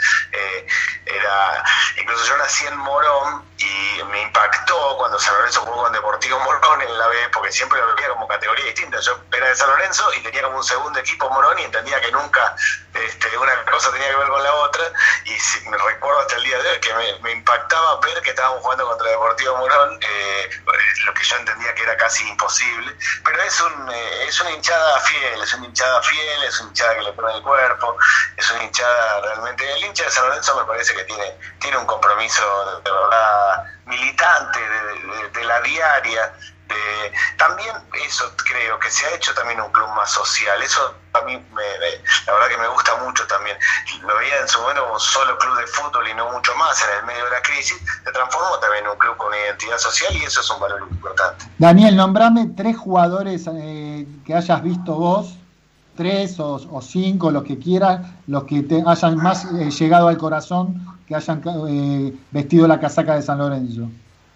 Incluso yo nací en Morón y me impactó cuando San Lorenzo jugó con Deportivo Morón en la B, porque siempre lo veía como categoría distinta. Yo era de San Lorenzo y tenía como un segundo equipo Morón y entendía que nunca una cosa tenía que ver con la otra, y me recuerdo hasta el día de hoy que me impactaba ver que estábamos jugando contra Deportivo Morón, lo que yo entendía que era casi imposible, pero es una hinchada fiel, es una hinchada que le pone el cuerpo, es una hinchada realmente. El hincha de San Lorenzo me parece que tiene un compromiso de verdad militante, de la diaria. También eso creo que se ha hecho también un club más social. Eso a mí la verdad que me gusta mucho también. Lo veía en su momento como solo club de fútbol y no mucho más en el medio de la crisis. Se transformó también en un club con identidad social y eso es un valor importante. Daniel, nombrame 3 jugadores que hayas visto vos, 3 o 5, los que quieras, los que te hayan más llegado al corazón, que hayan vestido la casaca de San Lorenzo.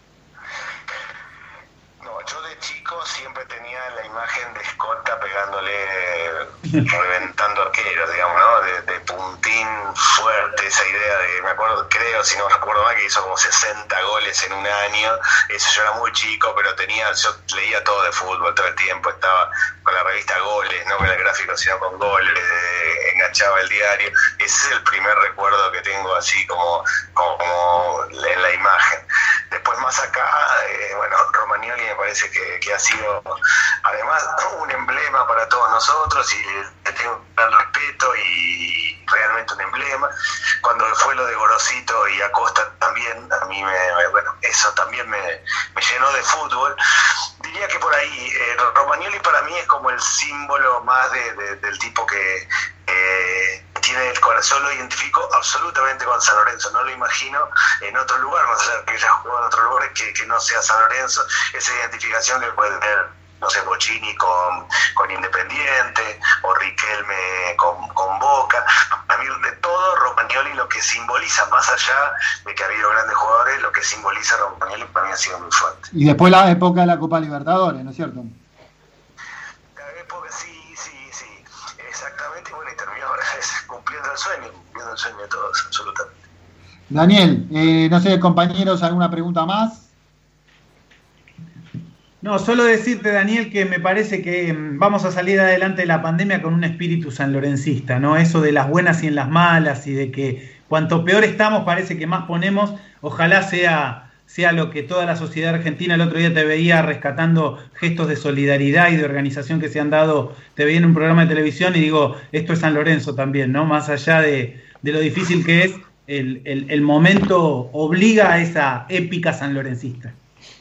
Siempre tenía la imagen de Escota pegándole, reventando arqueros, digamos, ¿no? De puntín fuerte, esa idea de, me acuerdo, creo, si no recuerdo mal, que hizo como 60 goles en un año. Eso, yo era muy chico, pero yo leía todo de fútbol todo el tiempo, estaba con la revista Goles, no con el gráfico, sino con Goles, enganchaba el diario. Ese es el primer recuerdo que tengo así como en la imagen. Después más acá, Romagnoli me parece que ha sido además un emblema para todos nosotros y le tengo un gran respeto y realmente un emblema. Cuando fue lo de Gorosito y Acosta también, a mí eso también me llenó de fútbol. Diría que por ahí, Romagnoli para mí es como el símbolo más del tipo que tiene el corazón. Lo identifico absolutamente con San Lorenzo, no lo imagino en otro lugar, más allá de que haya jugado en otro lugar que no sea San Lorenzo. Esa identificación que puede tener, no sé, Bocini con Independiente o Riquelme con Boca. A mí de todo, Romagnoli lo que simboliza, más allá de que ha habido grandes jugadores, lo que simboliza Romagnoli para mí ha sido muy fuerte. Y después la época de la Copa Libertadores, ¿no es cierto? La época, sí, exactamente, y terminó cumpliendo el sueño de todos, absolutamente. Daniel, no sé, compañeros, ¿alguna pregunta más? No, solo decirte, Daniel, que me parece que vamos a salir adelante de la pandemia con un espíritu sanlorencista, ¿no? Eso de las buenas y en las malas y de que cuanto peor estamos parece que más ponemos. Ojalá sea lo que toda la sociedad argentina. El otro día te veía rescatando gestos de solidaridad y de organización que se han dado. Te veía en un programa de televisión y digo, esto es San Lorenzo también, ¿no? Más allá de lo difícil que es, el momento obliga a esa épica sanlorencista.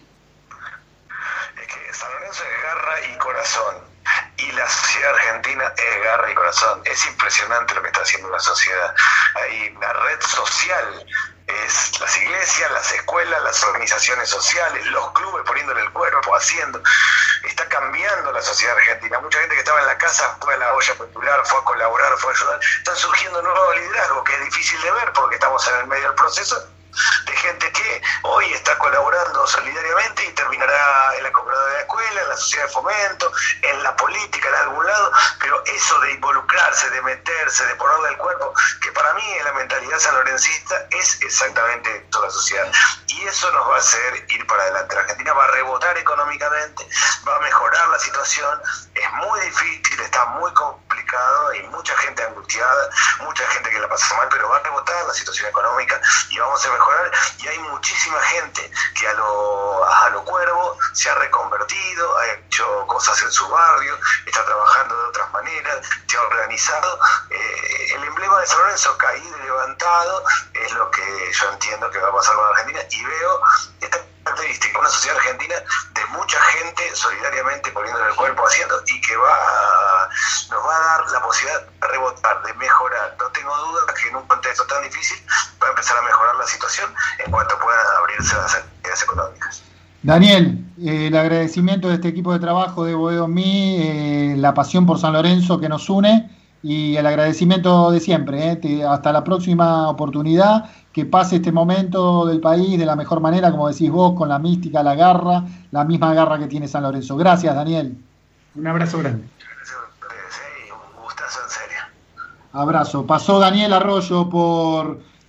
Y la sociedad argentina es garra y corazón. Es impresionante lo que está haciendo la sociedad. Hay una red social, es las iglesias, las escuelas, las organizaciones sociales, los clubes poniéndole el cuerpo, haciendo. Está cambiando la sociedad argentina. Mucha gente que estaba en la casa fue a la olla popular, fue a colaborar, fue a ayudar. Están surgiendo nuevos liderazgos que es difícil de ver porque estamos en el medio del proceso, de gente que hoy está colaborando solidariamente y terminará en la cooperativa de la escuela, en la sociedad de fomento, en la política, en algún lado, pero eso de involucrarse, de meterse, de ponerle el cuerpo, que para mí en la mentalidad sanlorencista es exactamente toda la sociedad, y eso nos va a hacer ir para adelante. La Argentina va a rebotar económicamente, va a mejorar la situación, es muy difícil, está muy complicado, hay mucha gente angustiada, mucha gente que la pasa mal, pero va a rebotar la situación económica y vamos a mejorar, y hay muchísima gente que a lo Cuervo se ha reconvertido, ha hecho cosas en su barrio, está trabajando de otras maneras, se ha organizado. El emblema de San Lorenzo caído y levantado es lo que yo entiendo que va a pasar con Argentina, y veo esta característica, una sociedad argentina de mucha gente solidariamente poniéndole el cuerpo, haciendo, y que nos va a dar la posibilidad de rebotar, de mejorar. No tengo duda que en un contexto tan difícil va a empezar a mejorar la situación en cuanto puedan abrirse las actividades económicas. Daniel, el agradecimiento de este equipo de trabajo de Boedo Mí, la pasión por San Lorenzo que nos une, y el agradecimiento de siempre. Hasta la próxima oportunidad, que pase este momento del país de la mejor manera, como decís vos, con la mística, la garra, la misma garra que tiene San Lorenzo. Gracias, Daniel. Un abrazo grande. Gracias a ustedes, un gustazo en serio. Abrazo. Pasó Daniel Arroyo por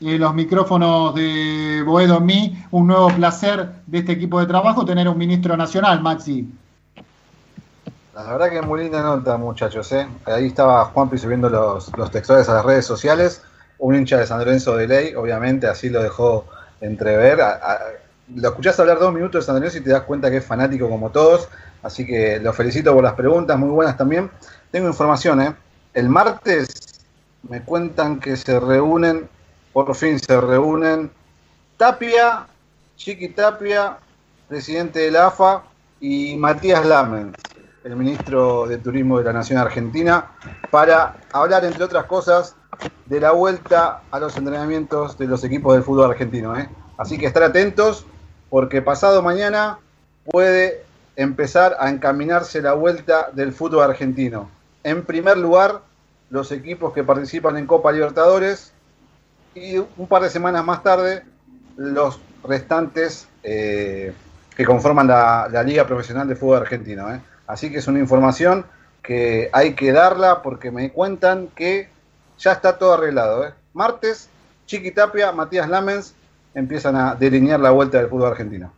los micrófonos de Boedo en mí, un nuevo placer de este equipo de trabajo, tener un ministro nacional, Maxi. La verdad que es muy linda nota, muchachos, ¿eh? Ahí estaba Juanpi subiendo los textuales a las redes sociales, un hincha de San Lorenzo de ley, obviamente, así lo dejó entrever. Lo escuchás hablar 2 minutos de San Lorenzo y te das cuenta que es fanático como todos, así que lo felicito por las preguntas, muy buenas también. Tengo información, ¿eh? El martes me cuentan que se reúnen, por fin se reúnen, Tapia, Chiqui Tapia, presidente de la AFA, y Matías Lamens, el ministro de Turismo de la Nación Argentina, para hablar, entre otras cosas, de la vuelta a los entrenamientos de los equipos del fútbol argentino, ¿eh? Así que estar atentos, porque pasado mañana puede empezar a encaminarse la vuelta del fútbol argentino. En primer lugar, los equipos que participan en Copa Libertadores, y un par de semanas más tarde, los restantes que conforman la Liga Profesional de Fútbol Argentino, ¿eh? Así que es una información que hay que darla, porque me cuentan que ya está todo arreglado, ¿eh? Martes, Chiqui Tapia, Matías Lamens empiezan a delinear la vuelta del fútbol argentino.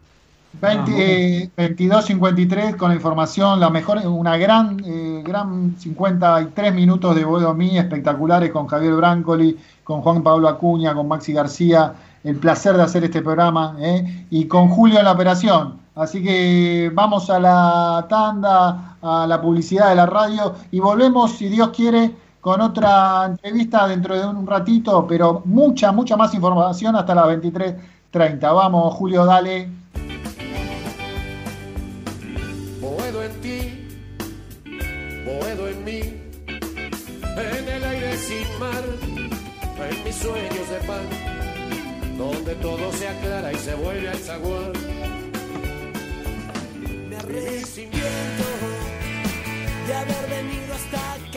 22:53 con la información, la mejor, una gran 53 minutos de Boedo Mí, espectaculares, con Javier Brancoli, con Juan Pablo Acuña, con Maxi García, el placer de hacer este programa, y con Julio en la operación. Así que vamos a la tanda, a la publicidad de la radio, y volvemos, si Dios quiere, con otra entrevista dentro de un ratito, pero mucha más información hasta las 23:30. Vamos, Julio, dale. Boedo en ti, Boedo en mí, en el aire sin mar, en mis sueños de pan, donde todo se aclara y se vuelve al zaguán. Me arrepiento de haber venido hasta acá.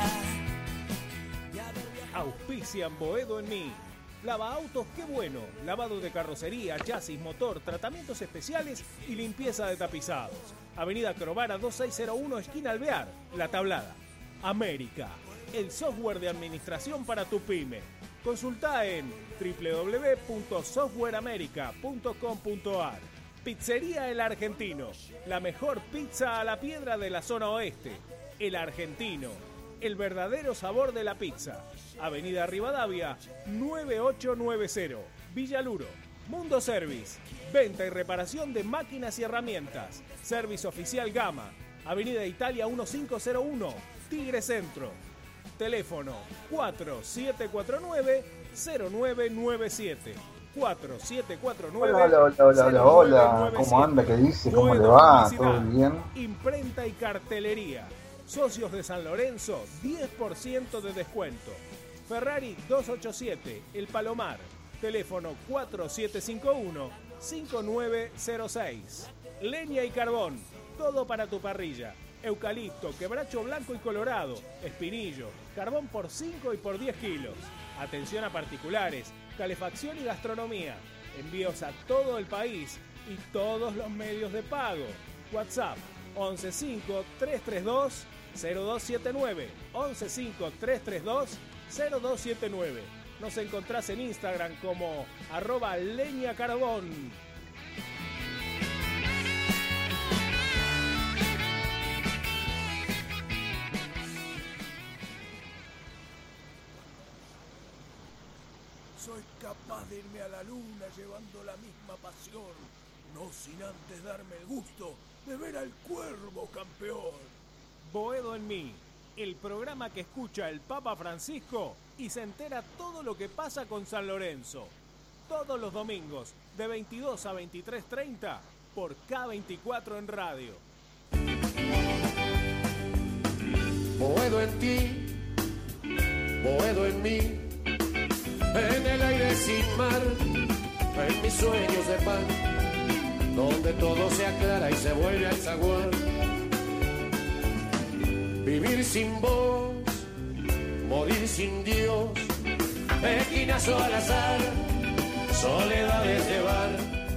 Auspician Boedo en mí. Lava autos, qué bueno. Lavado de carrocería, chasis, motor, tratamientos especiales y limpieza de tapizados. Avenida Crovara 2601, esquina Alvear, La Tablada. América, el software de administración para tu pyme. Consulta en www.softwareamerica.com.ar. Pizzería El Argentino, la mejor pizza a la piedra de la zona oeste. El Argentino, el verdadero sabor de la pizza. Avenida Rivadavia 9890, Villaluro. Mundo Service, venta y reparación de máquinas y herramientas. Service Oficial Gama, Avenida Italia 1501, Tigre Centro. Teléfono 4749-0997. 4749. Hola, ¿cómo anda? ¿Qué dice? ¿Cómo le va? ¿Todo bien? Imprenta y cartelería. Socios de San Lorenzo, 10% de descuento. Ferrari 287, El Palomar. Teléfono 4751-5906. Leña y carbón, todo para tu parrilla. Eucalipto, quebracho blanco y colorado, espinillo, carbón por 5 y por 10 kilos. Atención a particulares, calefacción y gastronomía. Envíos a todo el país y todos los medios de pago. WhatsApp 115-332-0279. 115-332-0279. Nos encontrás en Instagram como @leñacarbón. Soy capaz de irme a la luna llevando la misma pasión, no sin antes darme el gusto de ver al Cuervo campeón. Boedo en mí, el programa que escucha el Papa Francisco y se entera todo lo que pasa con San Lorenzo. Todos los domingos, de 22 a 23:30, por K24 en radio. Boedo en ti, Boedo en mí, en el aire sin mar, en mis sueños de pan, donde todo se aclara y se vuelve al zaguán. Vivir sin vos, morir sin Dios, esquinazo al azar, soledades de bar.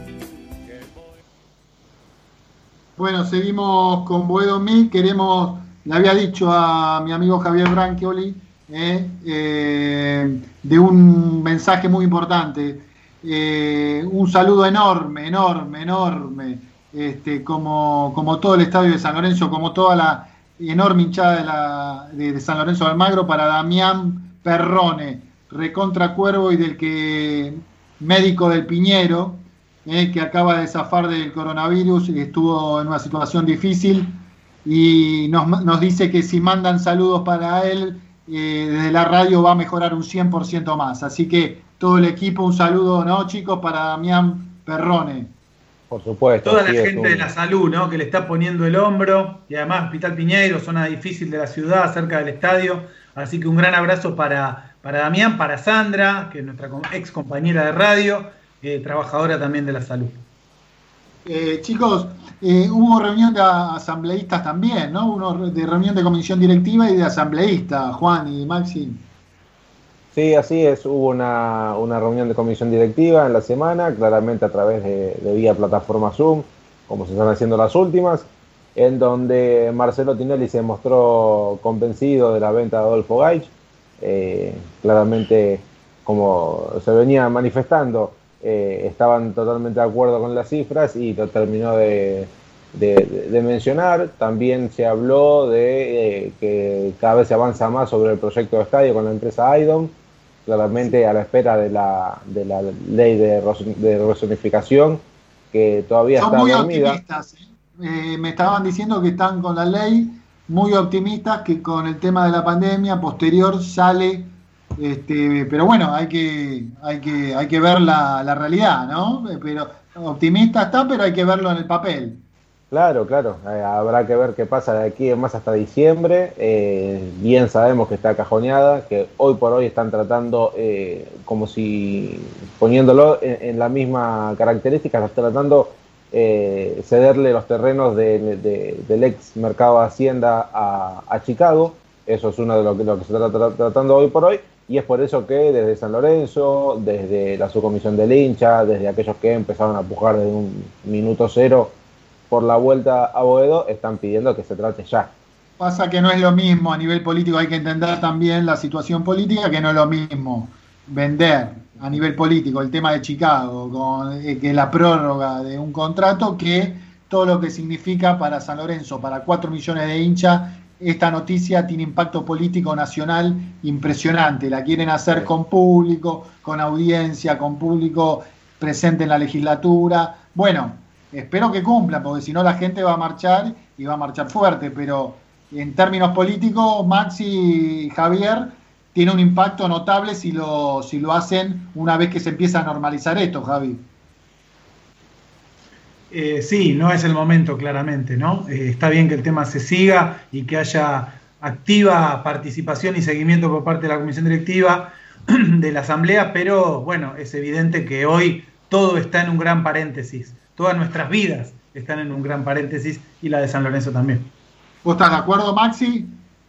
Bueno, seguimos con Boedo Mí. Le había dicho a mi amigo Javier Brancoli de un mensaje muy importante. Un saludo enorme, como todo el estadio de San Lorenzo, como toda la enorme hinchada de San Lorenzo de Almagro, para Damián Perrone, recontra Cuervo y médico del Piñero, que acaba de zafar del coronavirus y estuvo en una situación difícil, y nos dice que si mandan saludos para él desde la radio va a mejorar un 100% más. Así que todo el equipo, un saludo, ¿no, chicos? Para Damián Perrone. Por supuesto. Toda la gente de la salud, ¿no? Que le está poniendo el hombro, y además Hospital Piñeiro, zona difícil de la ciudad, cerca del estadio. Así que un gran abrazo para Damián, para Sandra, que es nuestra ex compañera de radio, trabajadora también de la salud. Chicos, hubo reunión de asambleístas también, ¿no? De reunión de comisión directiva y de asambleístas, Juan y Maxi. Sí, así es. Hubo una reunión de comisión directiva en la semana, claramente a través de vía plataforma Zoom, como se están haciendo las últimas, en donde Marcelo Tinelli se mostró convencido de la venta de Adolfo Gaich. Claramente, como se venía manifestando, estaban totalmente de acuerdo con las cifras y lo terminó de mencionar. También se habló de que cada vez se avanza más sobre el proyecto de estadio con la empresa Aidon, claramente a la espera de la ley de rezonificación, que todavía son está muy dormida. Optimistas, me estaban diciendo que están con la ley, muy optimistas, que con el tema de la pandemia posterior sale. Pero bueno, hay que ver la realidad, ¿no? Pero optimista está, pero hay que verlo en el papel. Claro, habrá que ver qué pasa de aquí en más hasta diciembre. Bien sabemos que está cajoneada, que hoy por hoy están tratando, como si poniéndolo en la misma característica, están tratando cederle los terrenos del ex mercado de Hacienda a Chicago. Eso es uno de lo que se está tratando hoy por hoy. Y es por eso que desde San Lorenzo, desde la subcomisión del hincha, desde aquellos que empezaron a pujar desde un minuto cero por la vuelta a Boedo, están pidiendo que se trate ya. Pasa que no es lo mismo a nivel político, hay que entender también la situación política, que no es lo mismo vender a nivel político el tema de Chicago, que la prórroga de un contrato, que todo lo que significa para San Lorenzo, para 4 millones de hinchas. Esta noticia tiene impacto político nacional impresionante. La quieren hacer con público, con audiencia, con público presente en la legislatura. Bueno, espero que cumplan, porque si no la gente va a marchar y va a marchar fuerte. Pero en términos políticos, Maxi y Javier, tiene un impacto notable si lo hacen una vez que se empieza a normalizar esto, Javi. Sí, no es el momento, claramente, ¿no? Está bien que el tema se siga y que haya activa participación y seguimiento por parte de la comisión directiva de la asamblea, pero bueno, es evidente que hoy todo está en un gran paréntesis, todas nuestras vidas están en un gran paréntesis, y la de San Lorenzo también. ¿Vos estás de acuerdo, Maxi?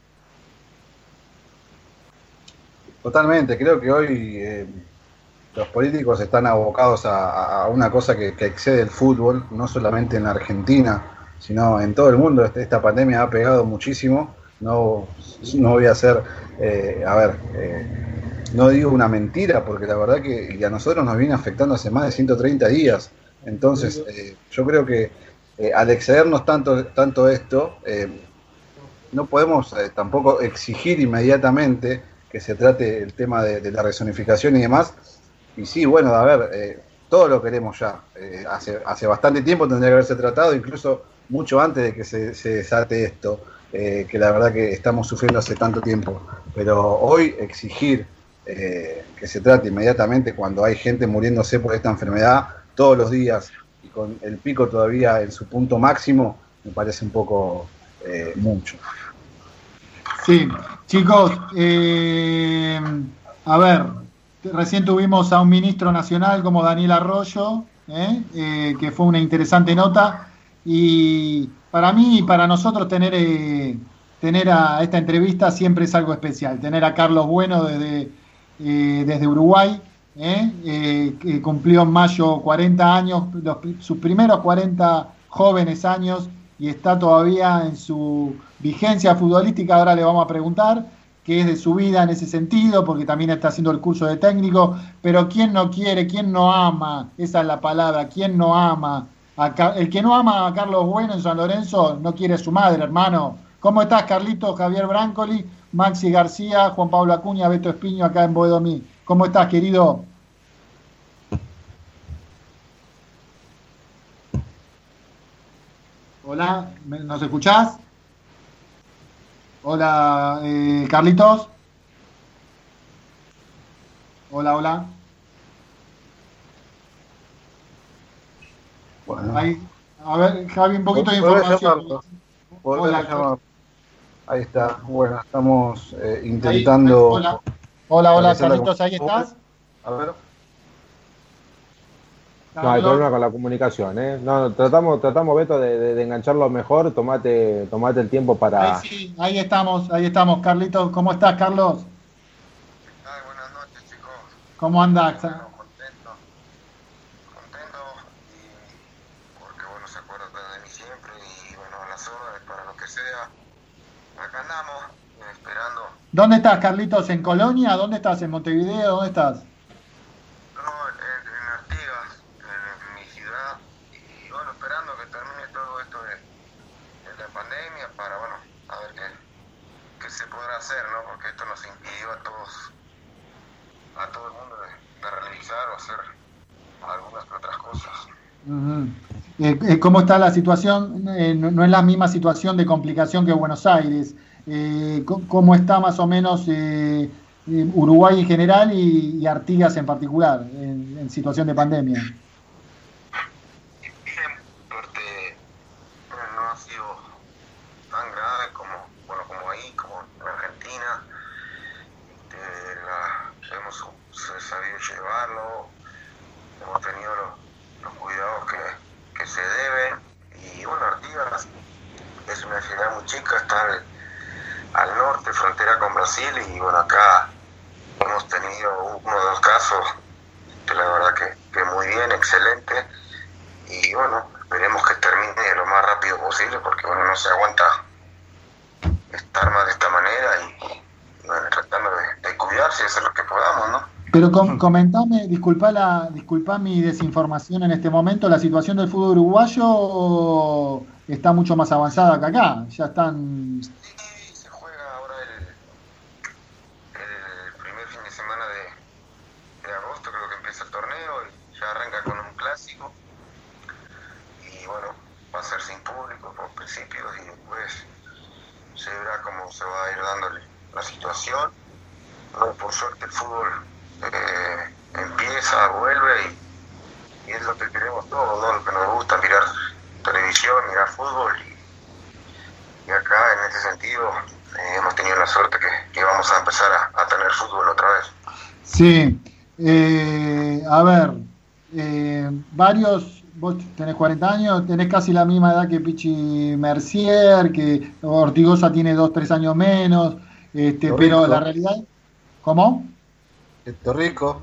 Totalmente, creo que hoy los políticos están abocados a una cosa que excede el fútbol, no solamente en la Argentina, sino en todo el mundo. Esta pandemia ha pegado muchísimo. No voy a hacer, no digo una mentira, porque la verdad que a nosotros nos viene afectando hace más de 130 días. Entonces, yo creo que al excedernos tanto esto, no podemos tampoco exigir inmediatamente que se trate el tema de la rezonificación y demás. Y sí, bueno, a ver, todo lo queremos ya. Hace bastante tiempo tendría que haberse tratado, incluso mucho antes de que se desate esto, que la verdad que estamos sufriendo hace tanto tiempo. Pero hoy exigir que se trate inmediatamente cuando hay gente muriéndose por esta enfermedad todos los días y con el pico todavía en su punto máximo, me parece un poco mucho. Sí, chicos, a ver, recién tuvimos a un ministro nacional como Daniel Arroyo, que fue una interesante nota, y para mí y para nosotros tener a esta entrevista siempre es algo especial, tener a Carlos Bueno desde Uruguay, que cumplió en mayo 40 años, sus primeros 40 jóvenes años, y está todavía en su vigencia futbolística. Ahora le vamos a preguntar, que es de su vida en ese sentido, porque también está haciendo el curso de técnico, pero ¿quién no quiere, quién no ama? Esa es la palabra, ¿quién no ama? El que no ama a Carlos Bueno en San Lorenzo no quiere a su madre, hermano. ¿Cómo estás, Carlitos? Javier Brancoli, Maxi García, Juan Pablo Acuña, Beto Espiño, acá en Boedomí. ¿Cómo estás, querido? Hola, ¿nos escuchás? Hola, Carlitos. Hola, hola. Bueno. Ahí, a ver, Javi, un poquito de información. Hola, ahí está. Bueno, estamos intentando. Ahí, hola, Carlitos, ¿ahí estás? A ver. No, hay problema con la comunicación, ¿eh? No, tratamos Beto, de engancharlo mejor. Tomate el tiempo para... Ahí estamos, Carlitos. ¿Cómo estás, Carlos? Ay, buenas noches, chicos. ¿Cómo andas? Bueno, contento y porque, bueno, se acuerdan de mí siempre y, bueno, a las órdenes para lo que sea. Acá andamos, esperando. ¿Dónde estás, Carlitos? ¿En Colonia? ¿Dónde estás? ¿En Montevideo? ¿Dónde estás? No, en Artigas, en mi ciudad, y, bueno, esperando que termine todo esto de la pandemia para, bueno, a ver qué se podrá hacer, ¿no? Porque esto nos impidió a todo el mundo de realizar o hacer algunas otras cosas. ¿Cómo está la situación? No es la misma situación de complicación que Buenos Aires. ¿Cómo está más o menos Uruguay en general y Artigas en particular en situación de pandemia? Bien, suerte no ha sido tan grave como ahí, como en Argentina. Hemos sabido llevarlo, hemos tenido los cuidados que se deben, y bueno, Artigas es una ciudad muy chica, está al norte, frontera con Brasil, y bueno, acá hemos tenido uno o dos casos que la verdad que muy bien, excelente, y bueno, esperemos que termine lo más rápido posible, porque bueno, no se aguanta estar más de esta manera, y bueno, tratando de cuidarse y hacer lo que podamos, ¿no? Pero comentame, disculpa mi desinformación en este momento, ¿la situación del fútbol uruguayo está mucho más avanzada que acá? Ya están... Sí, se juega ahora el primer fin de semana de agosto, creo que empieza el torneo, y ya arranca con un clásico, y bueno, va a ser sin público por principios, y después se verá cómo se va a ir dándole la situación. Bueno, por suerte el fútbol empieza, vuelve, y es lo que queremos todos, ¿no? Lo que nos gusta, mirar televisión, mirar fútbol, y acá en ese sentido hemos tenido la suerte que vamos a empezar a tener fútbol otra vez. Sí, a ver, varios, vos tenés 40 años, tenés casi la misma edad que Pichi Mercier, que Ortigosa tiene 2-3 años menos, pero la realidad... ¿Cómo? Torrico.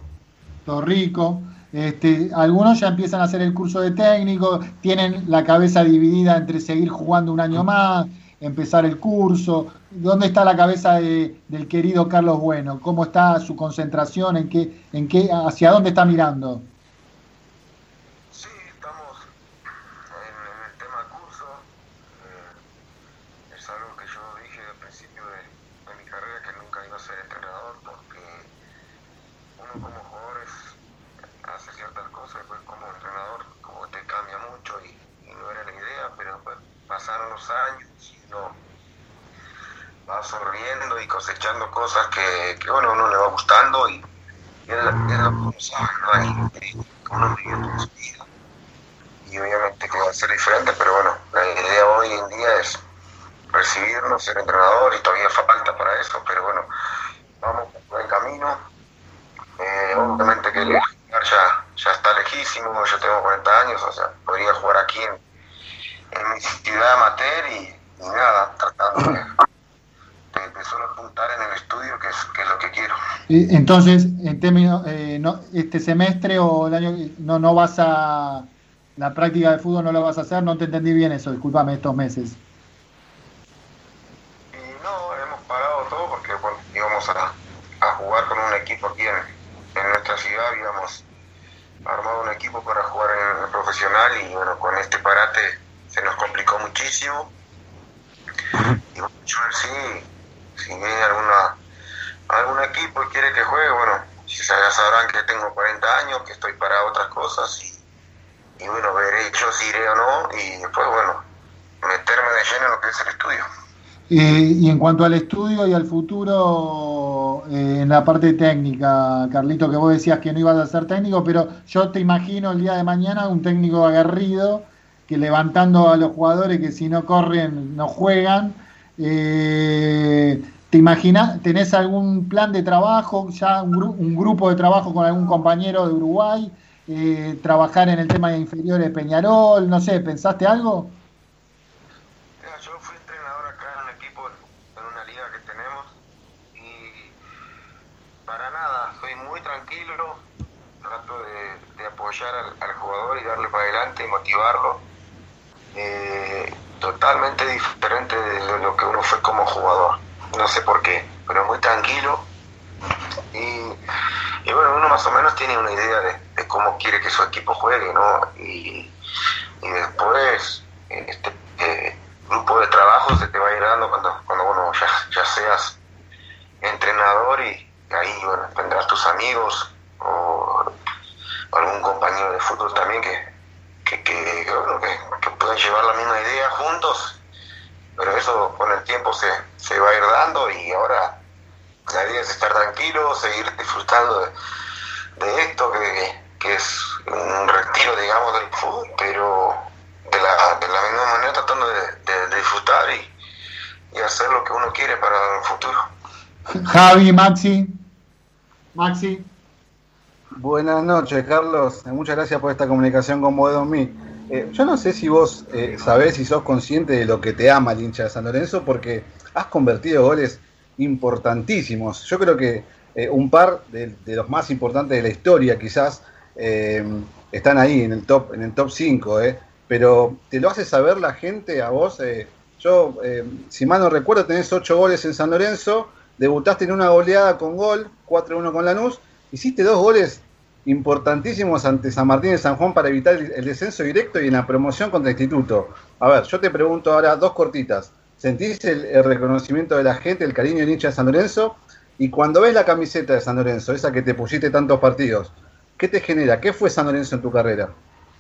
Algunos ya empiezan a hacer el curso de técnico, tienen la cabeza dividida entre seguir jugando un año más, empezar el curso. ¿Dónde está la cabeza del querido Carlos Bueno? ¿Cómo está su concentración? ¿Hacia dónde está mirando? Sí, estamos en el tema curso. Es algo que yo dije al principio de mi carrera, que nunca iba a ser entrenador, porque uno como jugador hace ciertas cosas, después como entrenador como te cambia mucho, y no era la idea, pero después pasaron los años y uno va absorbiendo y cosechando cosas que bueno, a uno le va gustando, y es lo que uno sabe, ¿no? Y uno vive toda su vida, y obviamente que va a ser diferente, pero bueno, la idea hoy en día es recibirnos, ser entrenador, y todavía falta para eso, pero bueno, vamos por el camino. Obviamente que el lugar ya está lejísimo, yo tengo 40 años, o sea, podría jugar aquí en mi ciudad amateur, y nada, tratando de solo apuntar en el estudio, que es lo que quiero. Entonces, en términos, este semestre o el año, no vas a, la práctica de fútbol no la vas a hacer, no te entendí bien eso, discúlpame, estos meses. Y no, hemos pagado todo porque, bueno, a jugar con un equipo aquí en nuestra ciudad, habíamos armado un equipo para jugar en el profesional y bueno, con este parate se nos complicó muchísimo. Y bueno, yo si viene algún equipo y quiere que juegue, bueno, ya sabrán que tengo 40 años, que estoy para otras cosas y bueno, veré yo si iré o no y después, bueno, meterme de lleno en lo que es el estudio. Y en cuanto al estudio y al futuro, en la parte técnica, Carlito, que vos decías que no ibas a ser técnico, pero yo te imagino el día de mañana un técnico aguerrido que levantando a los jugadores que si no corren no juegan. ¿Te imaginas, tenés algún plan de trabajo, ya un grupo de trabajo con algún compañero de Uruguay, trabajar en el tema de inferiores Peñarol, no sé, ¿pensaste algo? Yo fui entrenador acá en un equipo, en una liga que tenemos y para nada, soy muy tranquilo, trato de apoyar al jugador y darle para adelante y motivarlo. Totalmente diferente de lo que uno fue como jugador, no sé por qué, pero muy tranquilo y bueno, uno más o menos tiene una idea de cómo quiere que su equipo juegue, ¿no? Y después este grupo de trabajo se te va a ir dando cuando bueno, ya seas entrenador y ahí bueno, tendrás tus amigos o algún compañero de fútbol también que puedan llevar la misma idea juntos, pero eso con el tiempo se va a ir dando y ahora la idea es estar tranquilo, seguir disfrutando de esto que es un retiro, digamos, del fútbol, pero de la misma manera tratando de disfrutar y hacer lo que uno quiere para el futuro. Javi, Maxi. Buenas noches, Carlos. Muchas gracias por esta comunicación con Boedo en mí. Yo no sé si vos sabés y sos consciente de lo que te ama el hincha de San Lorenzo, porque has convertido goles importantísimos. Yo creo que un par de los más importantes de la historia, quizás, están ahí en el top 5, pero te lo hace saber la gente a vos. Yo, si mal no recuerdo, tenés 8 goles en San Lorenzo, debutaste en una goleada con gol, 4-1 con Lanús, hiciste 2 goles importantísimos ante San Martín de San Juan para evitar el descenso directo y en la promoción contra Instituto. A ver, yo te pregunto ahora 2 cortitas. ¿Sentís el reconocimiento de la gente, el cariño del hincha de San Lorenzo? Y cuando ves la camiseta de San Lorenzo, esa que te pusiste tantos partidos, ¿qué te genera? ¿Qué fue San Lorenzo en tu carrera?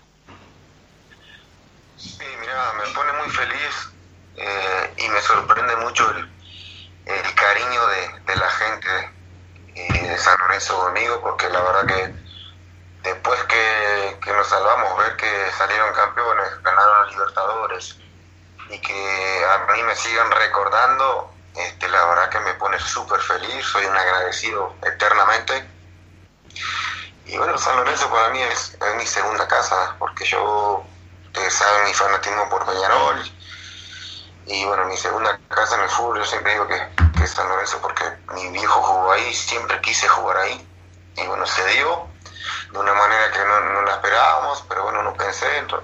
Sí, mira, me pone muy feliz y me sorprende mucho el cariño de la gente de San Lorenzo conmigo, porque la verdad que después que nos salvamos, ver que salieron campeones, ganaron a Libertadores y que a mí me sigan recordando, la verdad que me pone súper feliz, soy un agradecido eternamente. Y bueno, San Lorenzo para mí es mi segunda casa, porque ustedes saben mi fanatismo por Peñarol y bueno, mi segunda casa en el fútbol. Yo siempre digo que es San Lorenzo porque mi viejo jugó ahí, siempre quise jugar ahí y bueno, se dio de una manera que no la esperábamos, pero bueno, no pensé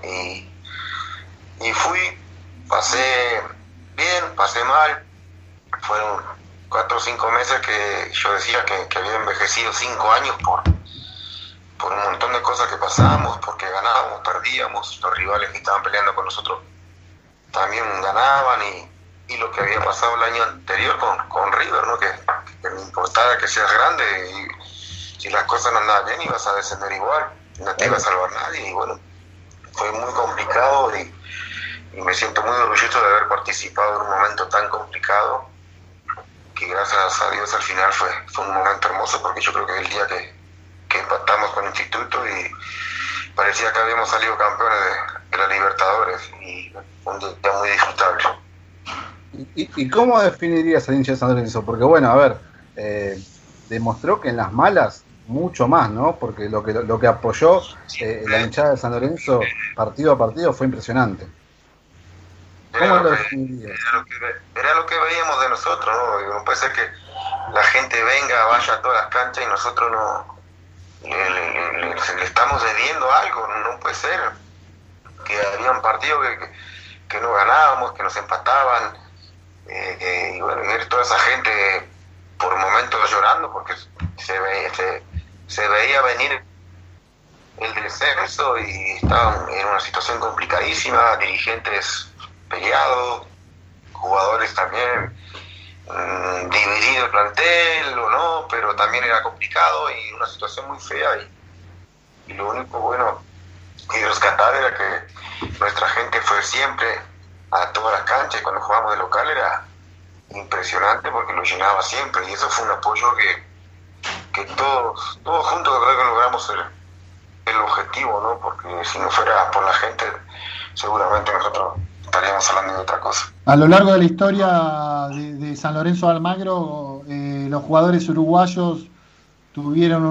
y fui, pasé bien, pasé mal, fueron 4 o 5 meses que yo decía que había envejecido 5 años por un montón de cosas que pasábamos, porque ganábamos, perdíamos, los rivales que estaban peleando con nosotros también ganaban y lo que había pasado el año anterior con River, ¿no? Que no importaba que seas grande y si las cosas no andaban bien ibas a descender igual, no te iba a salvar nadie y bueno, fue muy complicado y me siento muy orgulloso de haber participado en un momento tan complicado que gracias a Dios al final fue un momento hermoso, porque yo creo que el día que empatamos con Instituto y parecía que habíamos salido campeones de la Libertadores y un día muy disfrutable. ¿Y cómo definirías al hincha de San Lorenzo? Porque bueno, a ver, demostró que en las malas mucho más, ¿no? Porque lo que apoyó la hinchada de San Lorenzo partido a partido fue impresionante. ¿Cómo lo definirías? Era lo que veíamos de nosotros, ¿no? No puede ser que la gente venga, vaya a todas las canchas y nosotros no le estamos debiendo algo, no puede ser. Que habían partidos que no ganábamos, que nos empataban, y bueno, ver toda esa gente por momentos llorando porque se veía venir el descenso y estaban en una situación complicadísima, dirigentes peleados, jugadores también dividido el plantel o no, pero también era complicado y una situación muy fea y lo único bueno y rescatar era que nuestra gente fue siempre a todas las canchas y cuando jugamos de local era impresionante porque lo llenaba siempre y eso fue un apoyo que todos juntos creo que logramos el objetivo, ¿no? Porque si no fuera por la gente seguramente nosotros estaríamos hablando de otra cosa. A lo largo de la historia de San Lorenzo de Almagro, los jugadores uruguayos tuvieron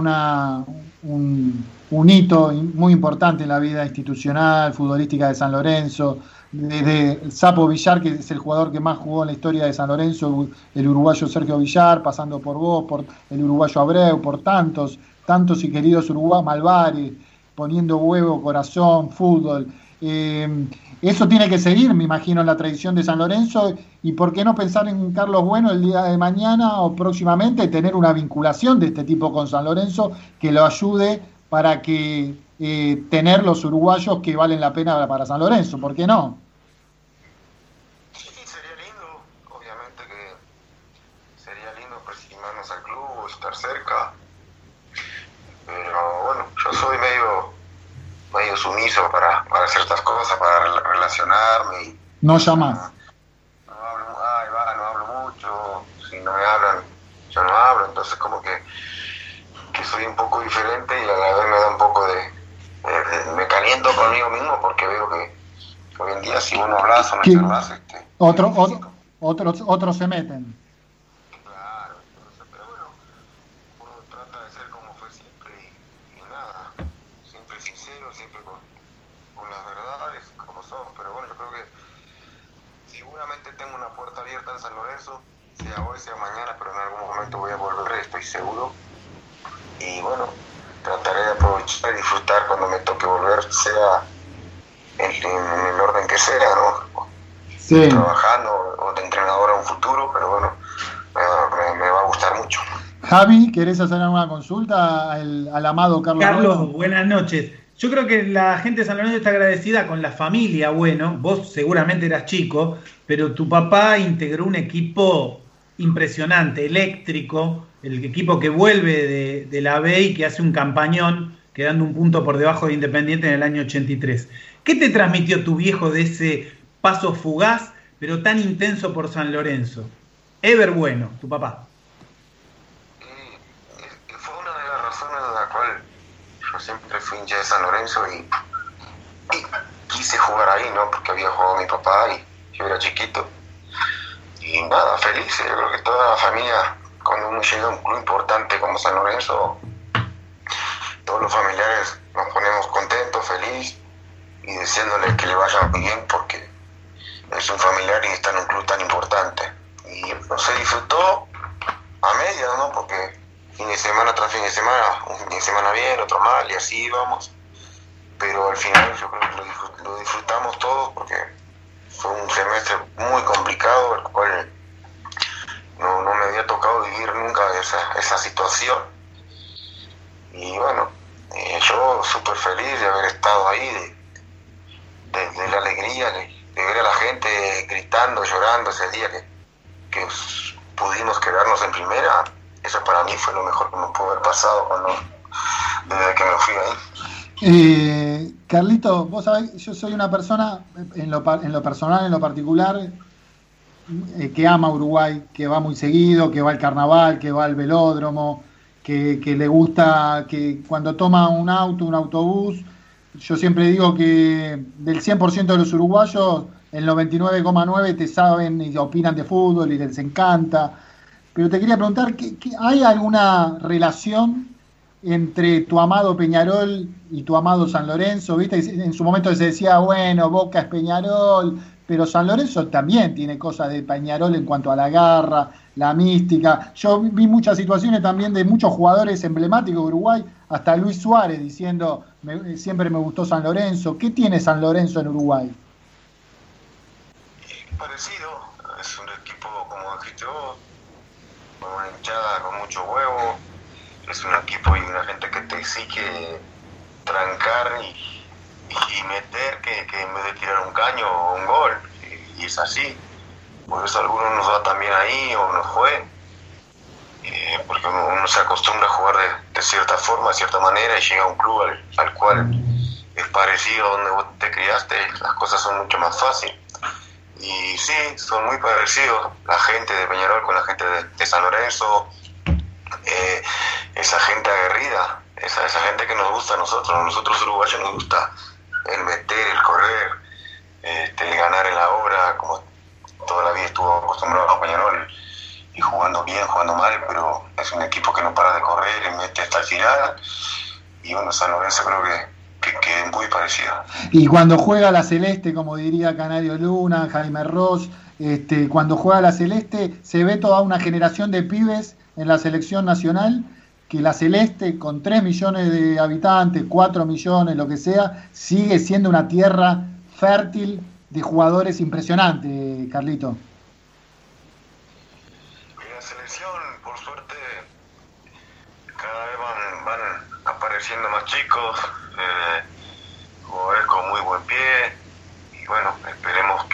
un hito muy importante en la vida institucional, futbolística de San Lorenzo. Desde el Sapo Villar, que es el jugador que más jugó en la historia de San Lorenzo, el uruguayo Sergio Villar, pasando por vos, por el uruguayo Abreu, por tantos y queridos uruguayos, Malvari, poniendo huevo, corazón, fútbol. Eso tiene que seguir, me imagino, en la tradición de San Lorenzo, y por qué no pensar en Carlos Bueno el día de mañana o próximamente, tener una vinculación de este tipo con San Lorenzo que lo ayude para que tener los uruguayos que valen la pena para San Lorenzo, ¿por qué no? Sí, sería lindo, obviamente que sería lindo aproximarnos al club o estar cerca, pero bueno, yo soy medio sumiso para ciertas cosas, para relacionarme. Y, no llamás. No hablo mucho, si no me hablan, yo no hablo, entonces como que soy un poco diferente y a la vez me da un poco me caliento conmigo mismo porque veo que hoy en día si uno habla o no charlas, otros se meten. Claro, entonces, pero bueno, uno trata de ser como fue siempre y nada, siempre sincero, siempre con las verdades como son, pero bueno, yo creo que seguramente tengo una puerta abierta en San Lorenzo, sea hoy, sea mañana, pero en algún momento voy a volver, estoy seguro. Y bueno, trataré de aprovechar y disfrutar cuando me toque volver, sea en el orden que sea, ¿no? Sí. Trabajando o de entrenador a un futuro, pero bueno, me va a gustar mucho. Javi, ¿querés hacer alguna consulta al amado Carlos? Carlos, buenas noches. Yo creo que la gente de San Lorenzo está agradecida con la familia. Bueno, vos seguramente eras chico, pero tu papá integró un equipo impresionante, eléctrico, el equipo que vuelve de la B y que hace un campañón, quedando un punto por debajo de Independiente en el año 83. ¿Qué te transmitió tu viejo de ese paso fugaz, pero tan intenso por San Lorenzo? Ever Bueno, tu papá. Fue una de las razones de la cual yo siempre fui hincha de San Lorenzo y quise jugar ahí, ¿no? Porque había jugado mi papá y yo era chiquito. Y nada, feliz. Yo creo que toda la familia, cuando uno llega a un club importante como San Lorenzo, todos los familiares nos ponemos contentos, feliz y deseándole que le vaya bien porque es un familiar y está en un club tan importante. Y no se disfrutó a medias, ¿no? Porque fin de semana tras fin de semana, un fin de semana bien, otro mal y así íbamos. Pero al final yo creo que lo disfrutamos todos porque fue un semestre muy complicado, el cual no me había tocado vivir nunca esa situación. Y bueno, yo súper feliz de haber estado ahí, de la alegría, de ver a la gente gritando, llorando ese día que pudimos quedarnos en primera. Eso para mí fue lo mejor que me pudo haber pasado desde que me fui ahí. Carlito, vos sabés, yo soy una persona, en lo personal, en lo particular, que ama Uruguay, que va muy seguido, que va al carnaval, que va al velódromo, que le gusta, que cuando toma un autobús, yo siempre digo que del 100% de los uruguayos, el 99,9 te saben y opinan de fútbol y les encanta. Pero te quería preguntar, ¿hay alguna relación entre tu amado Peñarol y tu amado San Lorenzo? ¿Viste? En su momento se decía, bueno, Boca es Peñarol, pero San Lorenzo también tiene cosas de Peñarol en cuanto a la garra, la mística. Yo vi muchas situaciones también de muchos jugadores emblemáticos de Uruguay, hasta Luis Suárez diciendo, siempre me gustó San Lorenzo. ¿Qué tiene San Lorenzo en Uruguay? Parecido, es un equipo, como dijiste vos, una hinchada con mucho huevo, es un equipo y una gente que te exige trancar y meter que en vez de tirar un caño o un gol, y es así. Por eso a algunos nos va también ahí o nos fue, porque uno se acostumbra a jugar de cierta forma, de cierta manera, y llega a un club al cual es parecido a donde vos te criaste, las cosas son mucho más fáciles. Y sí, son muy parecidos la gente de Peñarol con la gente de San Lorenzo, esa gente aguerrida, esa gente que nos gusta a nosotros uruguayos nos gusta el meter, el correr, el ganar en la obra, como toda la vida estuvo acostumbrado a Peñarol, y jugando bien, jugando mal, pero es un equipo que no para de correr y mete hasta el final. Y bueno, San Lorenzo creo que es muy parecido. Y cuando juega la Celeste, como diría Canario Luna, Jaime Ross, cuando juega la Celeste, se ve toda una generación de pibes en la selección nacional, que la Celeste, con 3 millones de habitantes, 4 millones, lo que sea, sigue siendo una tierra fértil de jugadores impresionante, Carlito. En la selección, por suerte, cada vez van apareciendo más chicos, jugadores con muy buen pie, y bueno, esperemos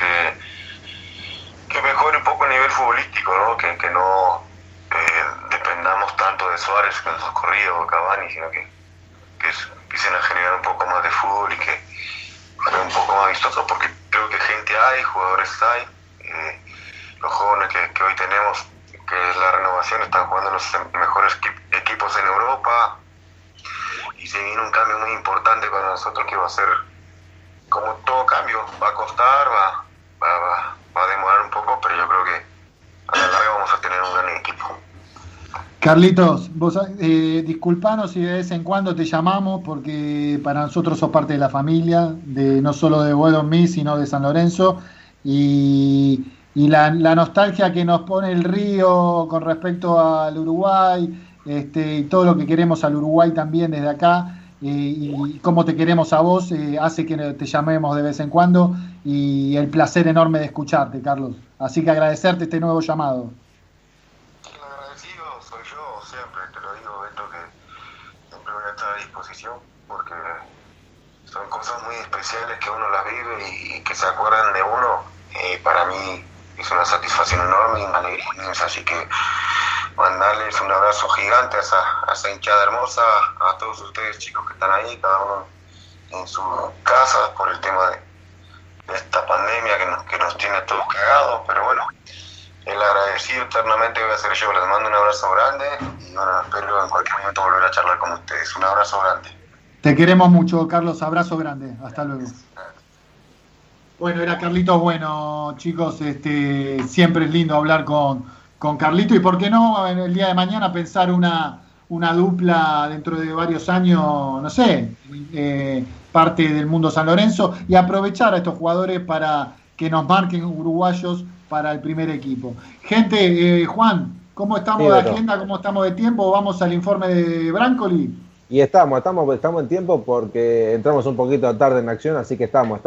que mejore un poco el nivel futbolístico, ¿no? Que no dependamos tanto de Suárez que nos ha corrido, o Cavani, sino que empiecen a generar un poco más de fútbol y que sea un poco más vistoso, porque creo que gente hay, jugadores hay, los jóvenes que hoy tenemos, que es la renovación, están jugando los mejores equipos en Europa, y se viene un cambio muy importante para nosotros que va a ser, como todo cambio, va a costar, va a demorar un poco, pero yo creo que a la larga vamos a tener un gran equipo. Carlitos, vos disculpanos si de vez en cuando te llamamos, porque para nosotros sos parte de la familia, no solo de Boedo en mí, sino de San Lorenzo, y la nostalgia que nos pone el río con respecto al Uruguay, y todo lo que queremos al Uruguay también desde acá, y cómo te queremos a vos, hace que te llamemos de vez en cuando, y el placer enorme de escucharte, Carlos. Así que agradecerte este nuevo llamado. El agradecido soy yo, siempre te lo digo, Beto, que siempre voy a estar a disposición, porque son cosas muy especiales que uno las vive y que se acuerdan de uno. Para mí es una satisfacción enorme y una alegría inmensa, así que mandarles un abrazo gigante a esa hinchada hermosa, a todos ustedes chicos que están ahí, cada uno en su casa por el tema de esta pandemia que nos tiene todos cagados, pero bueno, el agradecido eternamente voy a ser yo. Les mando un abrazo grande y bueno, espero en cualquier momento volver a charlar con ustedes. Un abrazo grande. Te queremos mucho, Carlos, abrazo grande, hasta luego. Bueno, era Carlitos Bueno, chicos, siempre es lindo hablar con Carlito, y por qué no en el día de mañana pensar una dupla dentro de varios años, no sé, parte del mundo San Lorenzo, y aprovechar a estos jugadores para que nos marquen uruguayos para el primer equipo. Gente, Juan, ¿cómo estamos de agenda? ¿Cómo estamos de tiempo? ¿Vamos al informe de Brancoli? Y estamos en tiempo porque entramos un poquito tarde en acción, así que estamos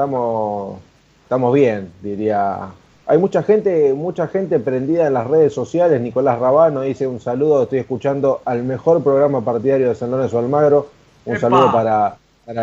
bien, diría. Hay mucha gente prendida en las redes sociales. Nicolás Rabano dice: un saludo, estoy escuchando al mejor programa partidario de San Lorenzo Almagro. Un saludo para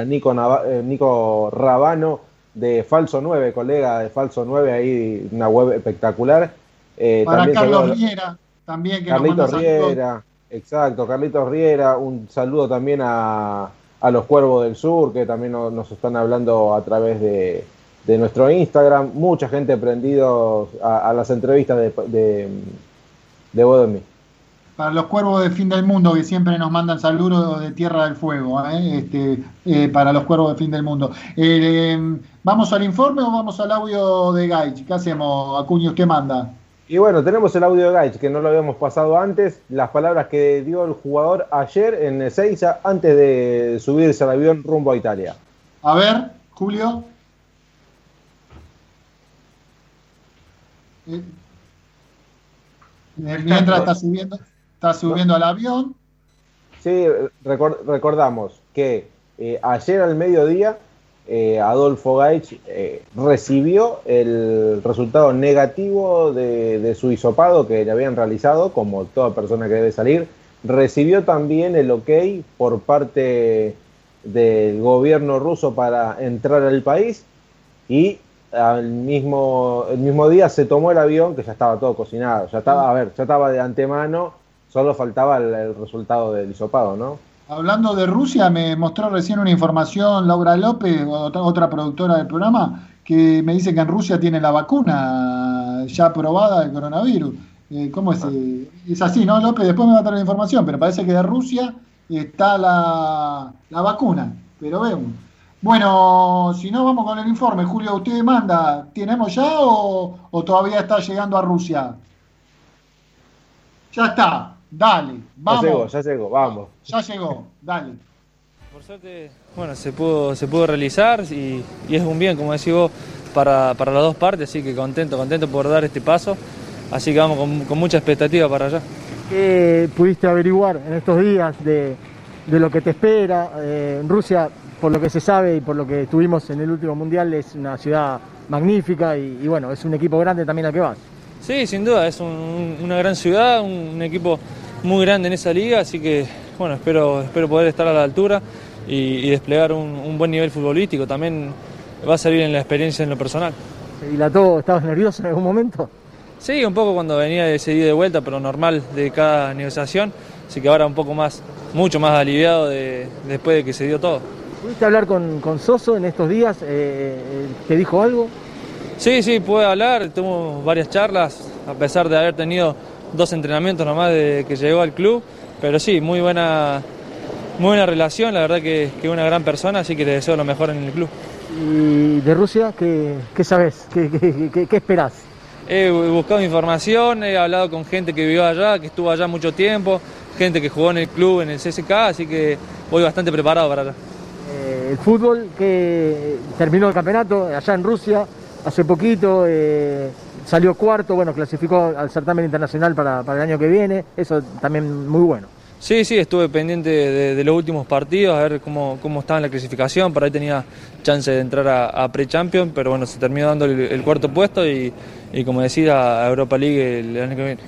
Nico Rabano de Falso 9, colega de Falso 9, ahí una web espectacular. Para Carlos Riera, también, que Carlitos Riera, exacto, Carlitos Riera. Un saludo también a los Cuervos del Sur, que también nos están hablando a través de nuestro Instagram. Mucha gente prendido a las entrevistas de Boedo en mí. Para los Cuervos de Fin del Mundo, que siempre nos mandan saludos de Tierra del Fuego, para los Cuervos de Fin del Mundo. ¿Vamos al informe o vamos al audio de Gaich? ¿Qué hacemos, Acuña? ¿Usted manda? Y bueno, tenemos el audio de Gaich, que no lo habíamos pasado antes, las palabras que dio el jugador ayer en Ezeiza antes de subirse al avión rumbo a Italia. A ver, Julio. Mientras está subiendo al avión. Sí, recordamos que ayer al mediodía Adolfo Gaich recibió el resultado negativo de su hisopado que le habían realizado, como toda persona que debe salir. Recibió también el ok por parte del gobierno ruso para entrar al país y el mismo día se tomó el avión, que ya estaba todo cocinado, ya estaba de antemano, solo faltaba el resultado del hisopado, ¿no? Hablando de Rusia, me mostró recién una información Laura López, otra productora del programa, que me dice que en Rusia tiene la vacuna ya aprobada del coronavirus. ¿Cómo es? Es así, ¿no, López? Después me va a traer la información, pero parece que de Rusia está la vacuna. Pero vemos. Bueno, si no, vamos con el informe. Julio, ¿usted manda? ¿Tenemos ya o todavía está llegando a Rusia? Ya está. Dale, vamos. Ya llegó, vamos. Ya llegó, dale. Por suerte, bueno, se pudo realizar y es un bien, como decís vos, para las dos partes, así que contento por dar este paso. Así que vamos con mucha expectativa para allá. ¿Qué pudiste averiguar en estos días de lo que te espera? Rusia, por lo que se sabe y por lo que estuvimos en el último mundial, es una ciudad magnífica y bueno, es un equipo grande también al que vas. Sí, sin duda, es una gran ciudad, un equipo muy grande en esa liga, así que bueno, espero poder estar a la altura y desplegar un buen nivel futbolístico. También va a servir en la experiencia en lo personal. ¿Se dilató? ¿Estabas nervioso en algún momento? Sí, un poco cuando venía de ese día de vuelta, pero normal de cada negociación, así que ahora un poco más, mucho más aliviado después de que se dio todo. ¿Pudiste hablar con Soso en estos días? ¿Te dijo algo? Sí, pude hablar, tuvo varias charlas, a pesar de haber tenido 2 entrenamientos nomás desde que llegó al club, pero sí, muy buena relación, la verdad que es una gran persona, así que le deseo lo mejor en el club. ¿Y de Rusia qué sabés? ¿Qué esperás? He buscado información, he hablado con gente que vivió allá, que estuvo allá mucho tiempo, gente que jugó en el club, en el CSK, así que voy bastante preparado para allá. El fútbol, que terminó el campeonato allá en Rusia hace poquito, salió cuarto, bueno, clasificó al certamen internacional para el año que viene, eso también muy bueno. Sí, estuve pendiente de los últimos partidos, a ver cómo estaba en la clasificación, por ahí tenía chance de entrar a Pre-Champions, pero bueno, se terminó dando el cuarto puesto y como decía, a Europa League el año que viene.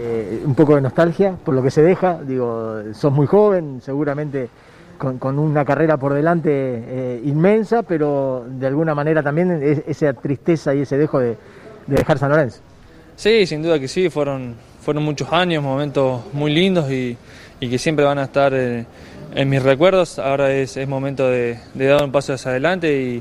Un poco de nostalgia por lo que se deja, digo, sos muy joven, seguramente con una carrera por delante inmensa, pero de alguna manera también esa tristeza y ese dejo de dejar San Lorenzo. Sí, sin duda que sí, fueron muchos años, momentos muy lindos y que siempre van a estar en mis recuerdos. Ahora es momento de dar un paso hacia adelante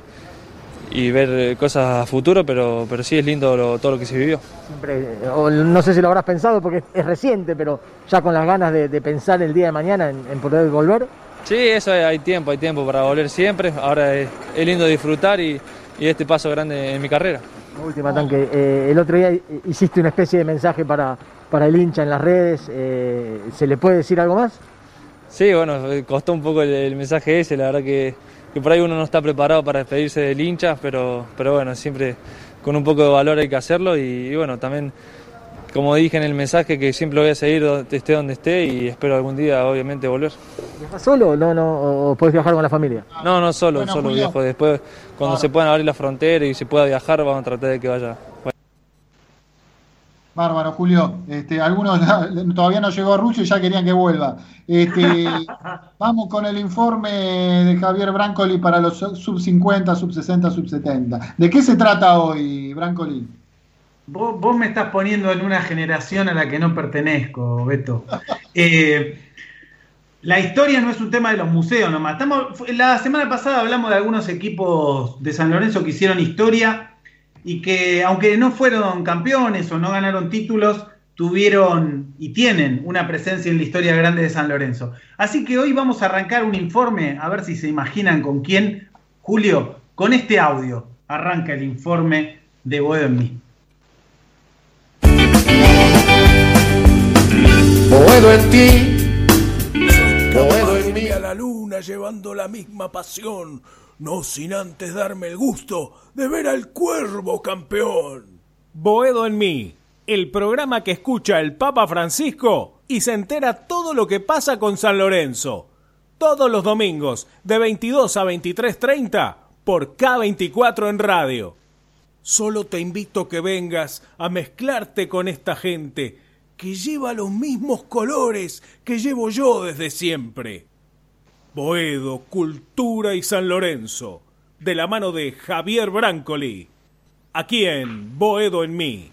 y ver cosas a futuro, pero sí es lindo todo lo que se vivió. Siempre, no sé si lo habrás pensado porque es reciente, pero ya con las ganas de pensar el día de mañana en poder volver. Sí, eso hay tiempo para volver siempre. Ahora es lindo disfrutar y este paso grande en mi carrera. Última, Tanque, el otro día hiciste una especie de mensaje para el hincha en las redes, ¿se le puede decir algo más? Sí, bueno, costó un poco el mensaje ese, la verdad que por ahí uno no está preparado para despedirse del hincha, pero bueno, siempre con un poco de valor hay que hacerlo y bueno, también como dije en el mensaje que siempre voy a seguir esté donde esté y espero algún día obviamente volver. ¿Viajas solo o podés viajar con la familia? No, solo viajo. Después cuando se puedan abrir las fronteras y se pueda viajar vamos a tratar de que vaya. Bárbaro, Julio. Algunos todavía no llegó a Rusia y ya querían que vuelva. Vamos con el informe de Javier Brancoli para los sub-50, sub-60, sub-70. ¿De qué se trata hoy, Brancoli? Vos me estás poniendo en una generación a la que no pertenezco, Beto. La historia no es un tema de los museos nomás. La semana pasada hablamos de algunos equipos de San Lorenzo que hicieron historia y que, aunque no fueron campeones o no ganaron títulos, tuvieron y tienen una presencia en la historia grande de San Lorenzo. Así que hoy vamos a arrancar un informe, a ver si se imaginan con quién. Julio, con este audio arranca el informe de Boedo en mí. Boedo en ti, Boedo en mí. A la luna llevando la misma pasión, no sin antes darme el gusto de ver al Cuervo campeón. Boedo en mí, el programa que escucha el Papa Francisco y se entera todo lo que pasa con San Lorenzo. Todos los domingos de 22 a 23:30 por K24 en radio. Solo te invito a que vengas a mezclarte con esta gente que lleva los mismos colores que llevo yo desde siempre. Boedo, Cultura y San Lorenzo, de la mano de Javier Brancoli, aquí en Boedo en mí.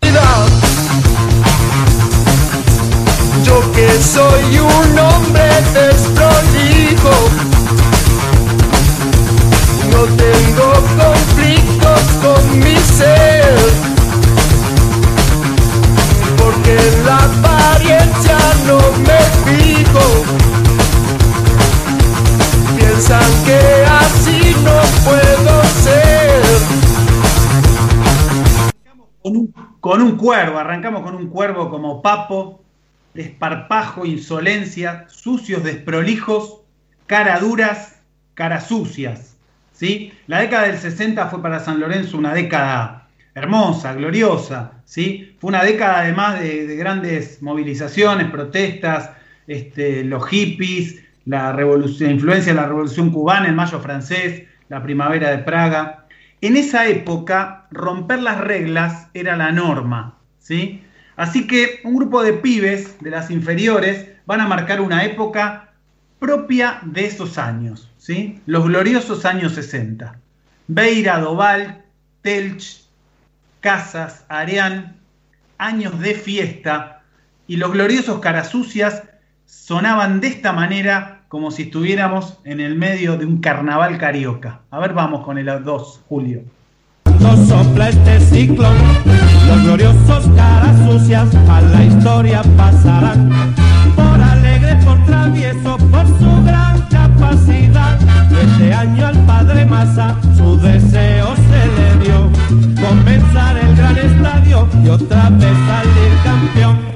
Yo que soy un hombre desprolijo, no tengo conflictos con mi ser, porque en la apariencia no me fijo. Piensan que así no puedo ser. Con un cuervo, arrancamos con un cuervo como Papo, desparpajo, insolencia, sucios, desprolijos, cara duras, caras sucias, ¿sí? La década del 60 fue para San Lorenzo una década hermosa, gloriosa, ¿sí? Fue una década además de grandes movilizaciones, protestas, los hippies, la influencia de la Revolución Cubana, el Mayo Francés, la Primavera de Praga. En esa época, romper las reglas era la norma, ¿sí? Así que un grupo de pibes de las inferiores van a marcar una época propia de esos años, ¿sí? Los gloriosos años 60. Beira, Doval, Telch, Casas, Arián, años de fiesta, y los gloriosos carasucias sonaban de esta manera como si estuviéramos en el medio de un carnaval carioca. A ver, vamos con el 2, Julio. Cuando sopla este ciclón, los gloriosos caras sucias a la historia pasarán. Por alegre, por travieso, por su gran capacidad. Este año al padre Massa su deseo se le dio, comenzar el gran estadio y otra vez salir campeón.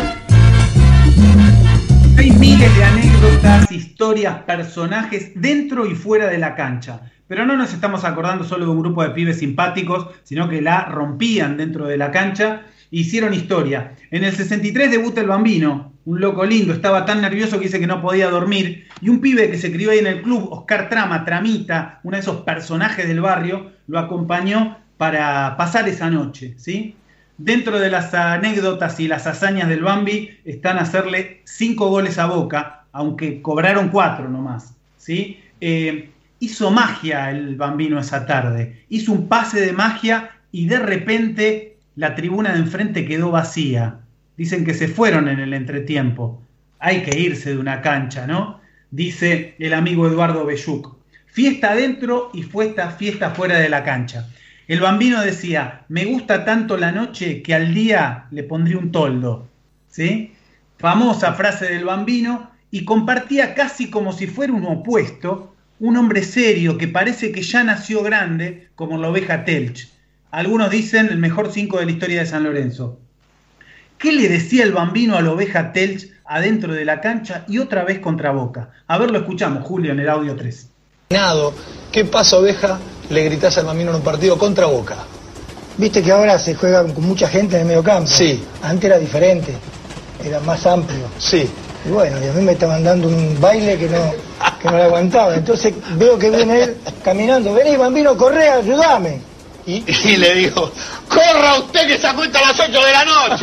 Hay miles de anécdotas, historias, personajes dentro y fuera de la cancha. Pero no nos estamos acordando solo de un grupo de pibes simpáticos, sino que la rompían dentro de la cancha e hicieron historia. En el 63 debuta el Bambino, un loco lindo, estaba tan nervioso que dice que no podía dormir, y un pibe que se crió ahí en el club, Oscar Tramita, uno de esos personajes del barrio, lo acompañó para pasar esa noche, ¿sí? Dentro de las anécdotas y las hazañas del Bambi están hacerle 5 goles a Boca, aunque cobraron 4 nomás, ¿sí? Hizo magia el Bambino esa tarde, hizo un pase de magia y de repente la tribuna de enfrente quedó vacía. Dicen que se fueron en el entretiempo. Hay que irse de una cancha, ¿no? Dice el amigo Eduardo Belluc. Fiesta adentro y fiesta fuera de la cancha. El Bambino decía, me gusta tanto la noche que al día le pondría un toldo, ¿sí? Famosa frase del Bambino, y compartía casi como si fuera un opuesto, un hombre serio que parece que ya nació grande, como la oveja Telch. Algunos dicen el mejor 5 de la historia de San Lorenzo. ¿Qué le decía el Bambino a la oveja Telch adentro de la cancha y otra vez contra Boca? A ver, lo escuchamos, Julio, en el audio 3. ¿Qué pasa, oveja? Le gritás al Bambino en un partido contra Boca. Viste que ahora se juega con mucha gente en el medio campo. Sí. Antes era diferente, era más amplio. Sí. Y bueno, y a mí me estaban dando un baile que no le aguantaba. Entonces veo que viene él caminando. Vení, Bambino, corre, ayúdame. Y le digo, corra usted que se acuesta a las 8 de la noche.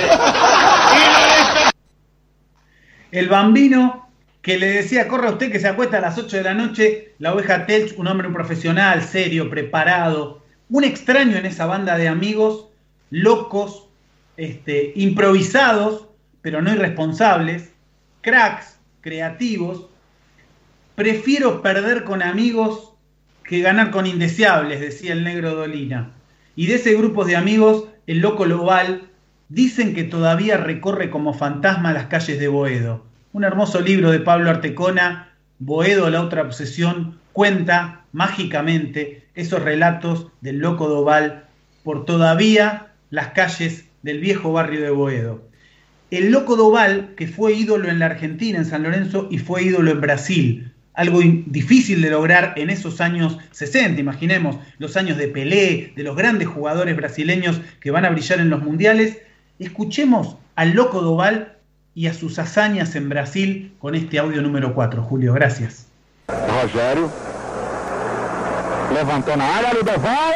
El Bambino que le decía, corra usted que se acuesta a las 8 de la noche, la oveja Telch, un hombre, un profesional, serio, preparado, un extraño en esa banda de amigos, locos, improvisados, pero no irresponsables, cracks, creativos. Prefiero perder con amigos que ganar con indeseables, decía el negro Dolina. Y de ese grupo de amigos, el loco Lobal, dicen que todavía recorre como fantasma las calles de Boedo. Un hermoso libro de Pablo Artecona, Boedo, la otra obsesión, cuenta mágicamente esos relatos del loco Doval por todavía las calles del viejo barrio de Boedo. El loco Doval, que fue ídolo en la Argentina, en San Lorenzo, y fue ídolo en Brasil, algo difícil de lograr en esos años 60, imaginemos, los años de Pelé, de los grandes jugadores brasileños que van a brillar en los mundiales. Escuchemos al loco Doval y a sus hazañas en Brasil con este audio número 4. Julio, gracias. Rogério, levantou na área, Ludoval.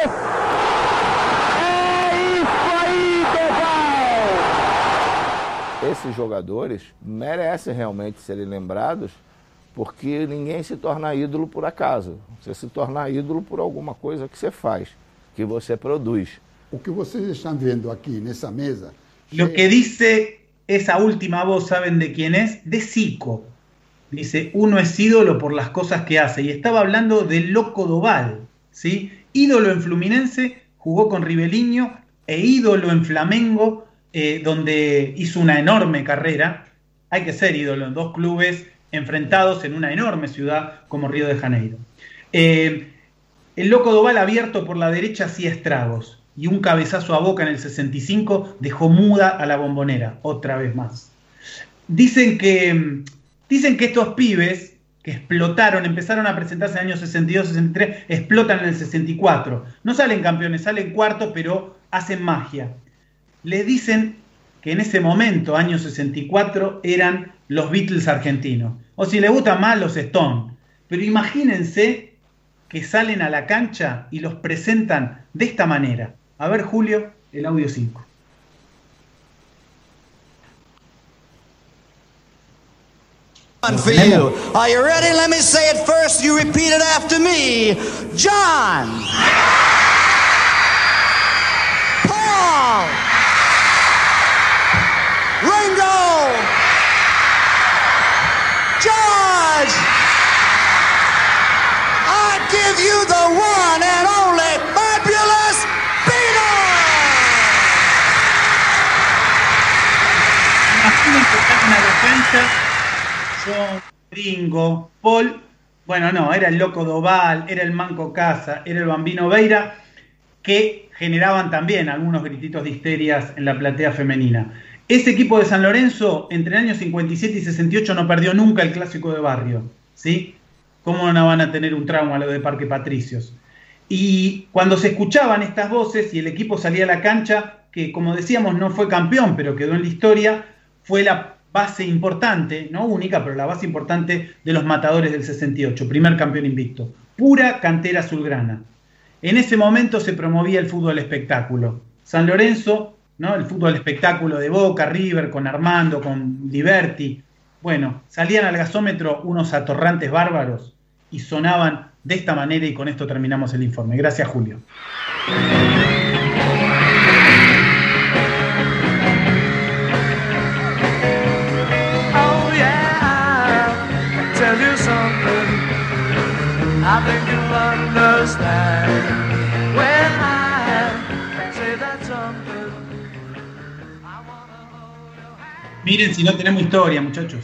É isso aí, Doval! Esses jogadores merecem realmente serem lembrados, porque ninguém se torna ídolo por acaso. Você se torna ídolo por alguma coisa que você faz, que você produz. O que vocês están viendo aquí nessa mesa. Lo que dice esa última voz, ¿saben de quién es? De Zico. Dice, uno es ídolo por las cosas que hace. Y estaba hablando del Loco Doval, ¿sí? Ídolo en Fluminense, jugó con Riveliño, e ídolo en Flamengo, donde hizo una enorme carrera. Hay que ser ídolo en dos clubes enfrentados en una enorme ciudad como Río de Janeiro. El Loco Doval, abierto por la derecha, hacía estragos. Y un cabezazo a Boca en el 65 dejó muda a la Bombonera, otra vez más. Dicen que estos pibes que explotaron, empezaron a presentarse en el año 62, 63, explotan en el 64. No salen campeones, salen cuartos, pero hacen magia. Le dicen que en ese momento, año 64, eran los Beatles argentinos. O si les gustan más, los Stones. Pero imagínense que salen a la cancha y los presentan de esta manera. A ver, Julio, el audio 5. For you. Are you ready? Let me say it first. You repeat it after me. John. Paul. Ringo. George. I give you the one and only fabulous Beatles. Imaginen que está en la defensa. John, Ringo, Paul, bueno, no, era el Loco Doval, era el Manco Casa, era el Bambino Veira, que generaban también algunos grititos de histerias en la platea femenina. Ese equipo de San Lorenzo, entre el año 57 y 68, no perdió nunca el clásico de barrio, ¿sí? ¿Cómo no van a tener un trauma lo de Parque Patricios? Y cuando se escuchaban estas voces y el equipo salía a la cancha, que como decíamos no fue campeón, pero quedó en la historia, fue la base importante, no única, pero la base importante de los Matadores del 68, primer campeón invicto, pura cantera azulgrana. En ese momento se promovía el fútbol espectáculo. San Lorenzo, ¿no? El fútbol espectáculo de Boca, River, con Armando, con Liberti. Bueno, salían al gasómetro unos atorrantes bárbaros y sonaban de esta manera, y con esto terminamos el informe. Gracias, Julio. Tell you something, I think you'll understand when I say that something. Miren si no tenemos historia, muchachos.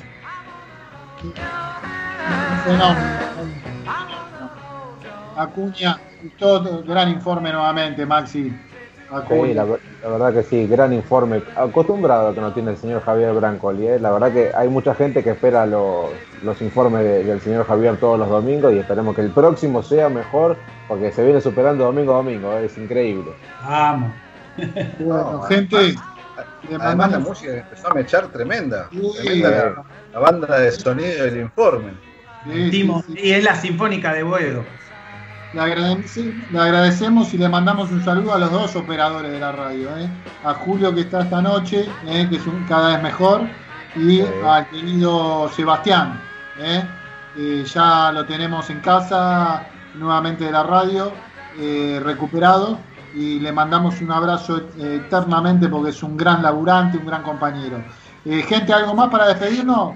Acuña, todo gran informe nuevamente, Maxi. Sí, la verdad que sí, gran informe. Acostumbrado que no tiene el señor Javier Brancoli, ¿eh? La verdad que hay mucha gente que espera los informes del señor Javier todos los domingos, y esperemos que el próximo sea mejor, porque se viene superando domingo a domingo, ¿eh? Es increíble. Vamos. Bueno, gente. Además la música empezó a mechar tremenda. Tremenda la banda de sonido del informe. Y es la Sinfónica de Boedo. Le agradecemos y le mandamos un saludo a los dos operadores de la radio, a Julio, que está esta noche, que es cada vez mejor, y al querido Sebastián, ya lo tenemos en casa nuevamente de la radio, recuperado, y le mandamos un abrazo eternamente porque es un gran laburante, un gran compañero. Gente, ¿algo más para despedirnos?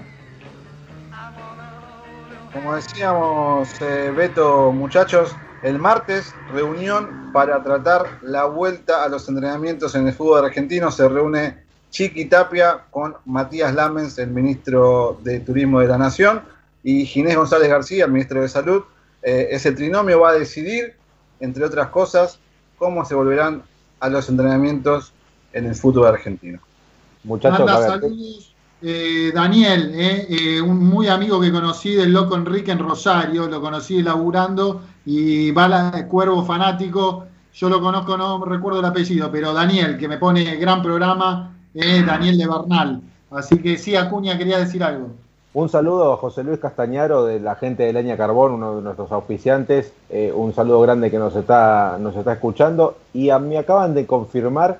Como decíamos, Beto, muchachos, el martes reunión para tratar la vuelta a los entrenamientos en el fútbol argentino. Se reúne Chiqui Tapia con Matías Lamens, el ministro de Turismo de la Nación, y Ginés González García, el ministro de Salud. Ese trinomio va a decidir, entre otras cosas, cómo se volverán a los entrenamientos en el fútbol argentino. Muchachos, saludos. Daniel, un muy amigo que conocí del Loco Enrique en Rosario, lo conocí laburando, y va Cuervo fanático, yo lo conozco, no recuerdo el apellido, pero Daniel, que me pone gran programa, Daniel de Bernal. Así que sí, Acuña, quería decir algo. Un saludo a José Luis Castañaro, de la gente de Leña Carbón, uno de nuestros auspiciantes. Un saludo grande que nos está escuchando. Y me acaban de confirmar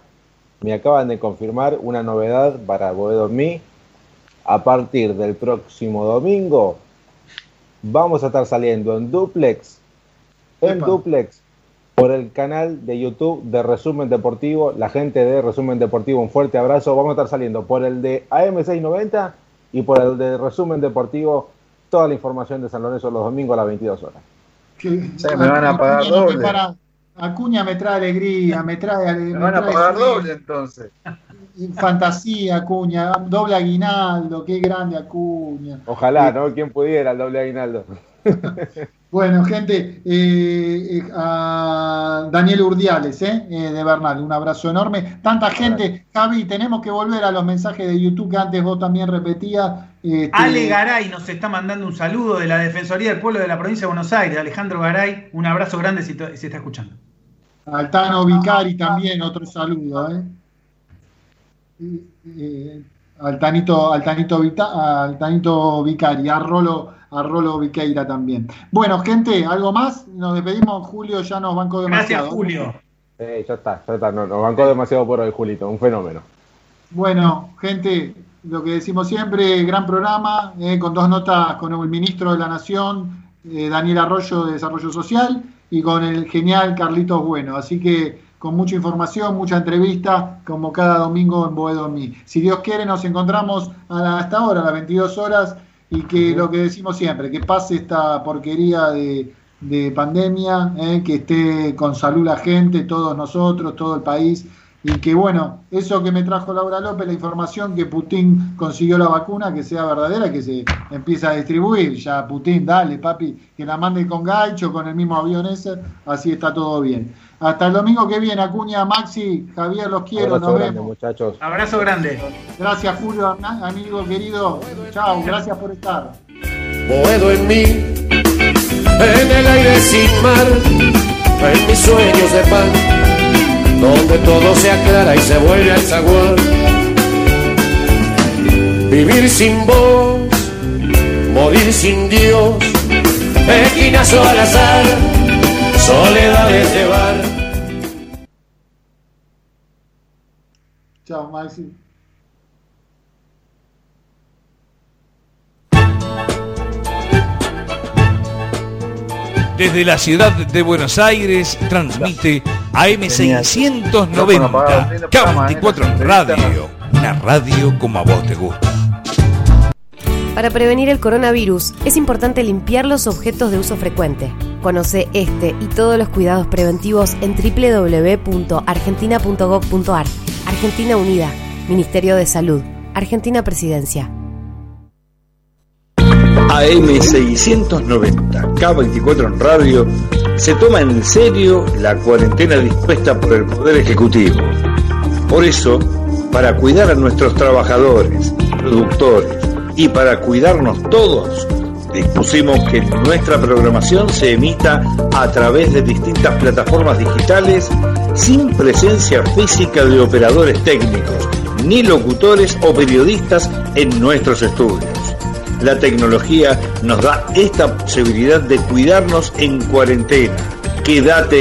una novedad para Boedo en mí. A partir del próximo domingo vamos a estar saliendo en duplex por el canal de YouTube de Resumen Deportivo. La gente de Resumen Deportivo, un fuerte abrazo. Vamos a estar saliendo por el de AM690 y por el de Resumen Deportivo, toda la información de San Lorenzo los domingos a las 22 horas. Me van a pagar doble. Acuña me trae alegría, me van a pagar doble entonces. Fantasía, Acuña, doble aguinaldo, qué grande Acuña. Ojalá, ¿no? ¿Quién pudiera el doble aguinaldo? Bueno, gente, a Daniel Urdiales, de Bernal, un abrazo enorme. Tanta gente, Javi, tenemos que volver a los mensajes de YouTube que antes vos también repetías. Ale Garay nos está mandando un saludo de la Defensoría del Pueblo de la Provincia de Buenos Aires. Alejandro Garay, un abrazo grande si está escuchando. Altano Vicari también, otro saludo, Altanito Vicari, a Rolo Viqueira también. Bueno, gente, ¿algo más? Nos despedimos. Julio ya nos bancó demasiado. Gracias, Julio. Ya está. Nos bancó demasiado por hoy, Julito. Un fenómeno. Bueno, gente, lo que decimos siempre, gran programa, con 2 notas con el ministro de la Nación, Daniel Arroyo, de Desarrollo Social, y con el genial Carlitos Bueno. Así que con mucha información, mucha entrevista, como cada domingo en Boedo en mí. Si Dios quiere, nos encontramos hasta ahora, a las 22 horas, y que lo que decimos siempre, que pase esta porquería de pandemia, que esté con salud la gente, todos nosotros, todo el país, y que bueno, eso que me trajo Laura López, la información que Putin consiguió la vacuna, que sea verdadera, que se empieza a distribuir. Ya Putin, dale papi, que la mande con Gaicho, con el mismo avión ese, así está todo bien. Hasta el domingo que viene, Acuña, Maxi, Javier, los quiero, abrazo nos grande, vemos. Muchachos. Abrazo grande. Gracias, Julio, amigo querido. Chao, gracias por estar. Boedo en mí, en el aire sin mar, en mis sueños de pan, donde todo se aclara y se vuelve al zaguán. Vivir sin vos, morir sin Dios, esquinazo al azar, soledades de bar. Chao, Maxi. Desde la ciudad de Buenos Aires transmite AM690 K24 Radio, una radio como a vos te gusta. Para prevenir el coronavirus es importante limpiar los objetos de uso frecuente. Conoce este y todos los cuidados preventivos en www.argentina.gov.ar. Argentina Unida, Ministerio de Salud, Argentina Presidencia. AM690 K24 Radio se toma en serio la cuarentena dispuesta por el Poder Ejecutivo. Por eso, para cuidar a nuestros trabajadores, productores y para cuidarnos todos, dispusimos que nuestra programación se emita a través de distintas plataformas digitales sin presencia física de operadores técnicos, ni locutores o periodistas en nuestros estudios. La tecnología nos da esta posibilidad de cuidarnos en cuarentena. Quédate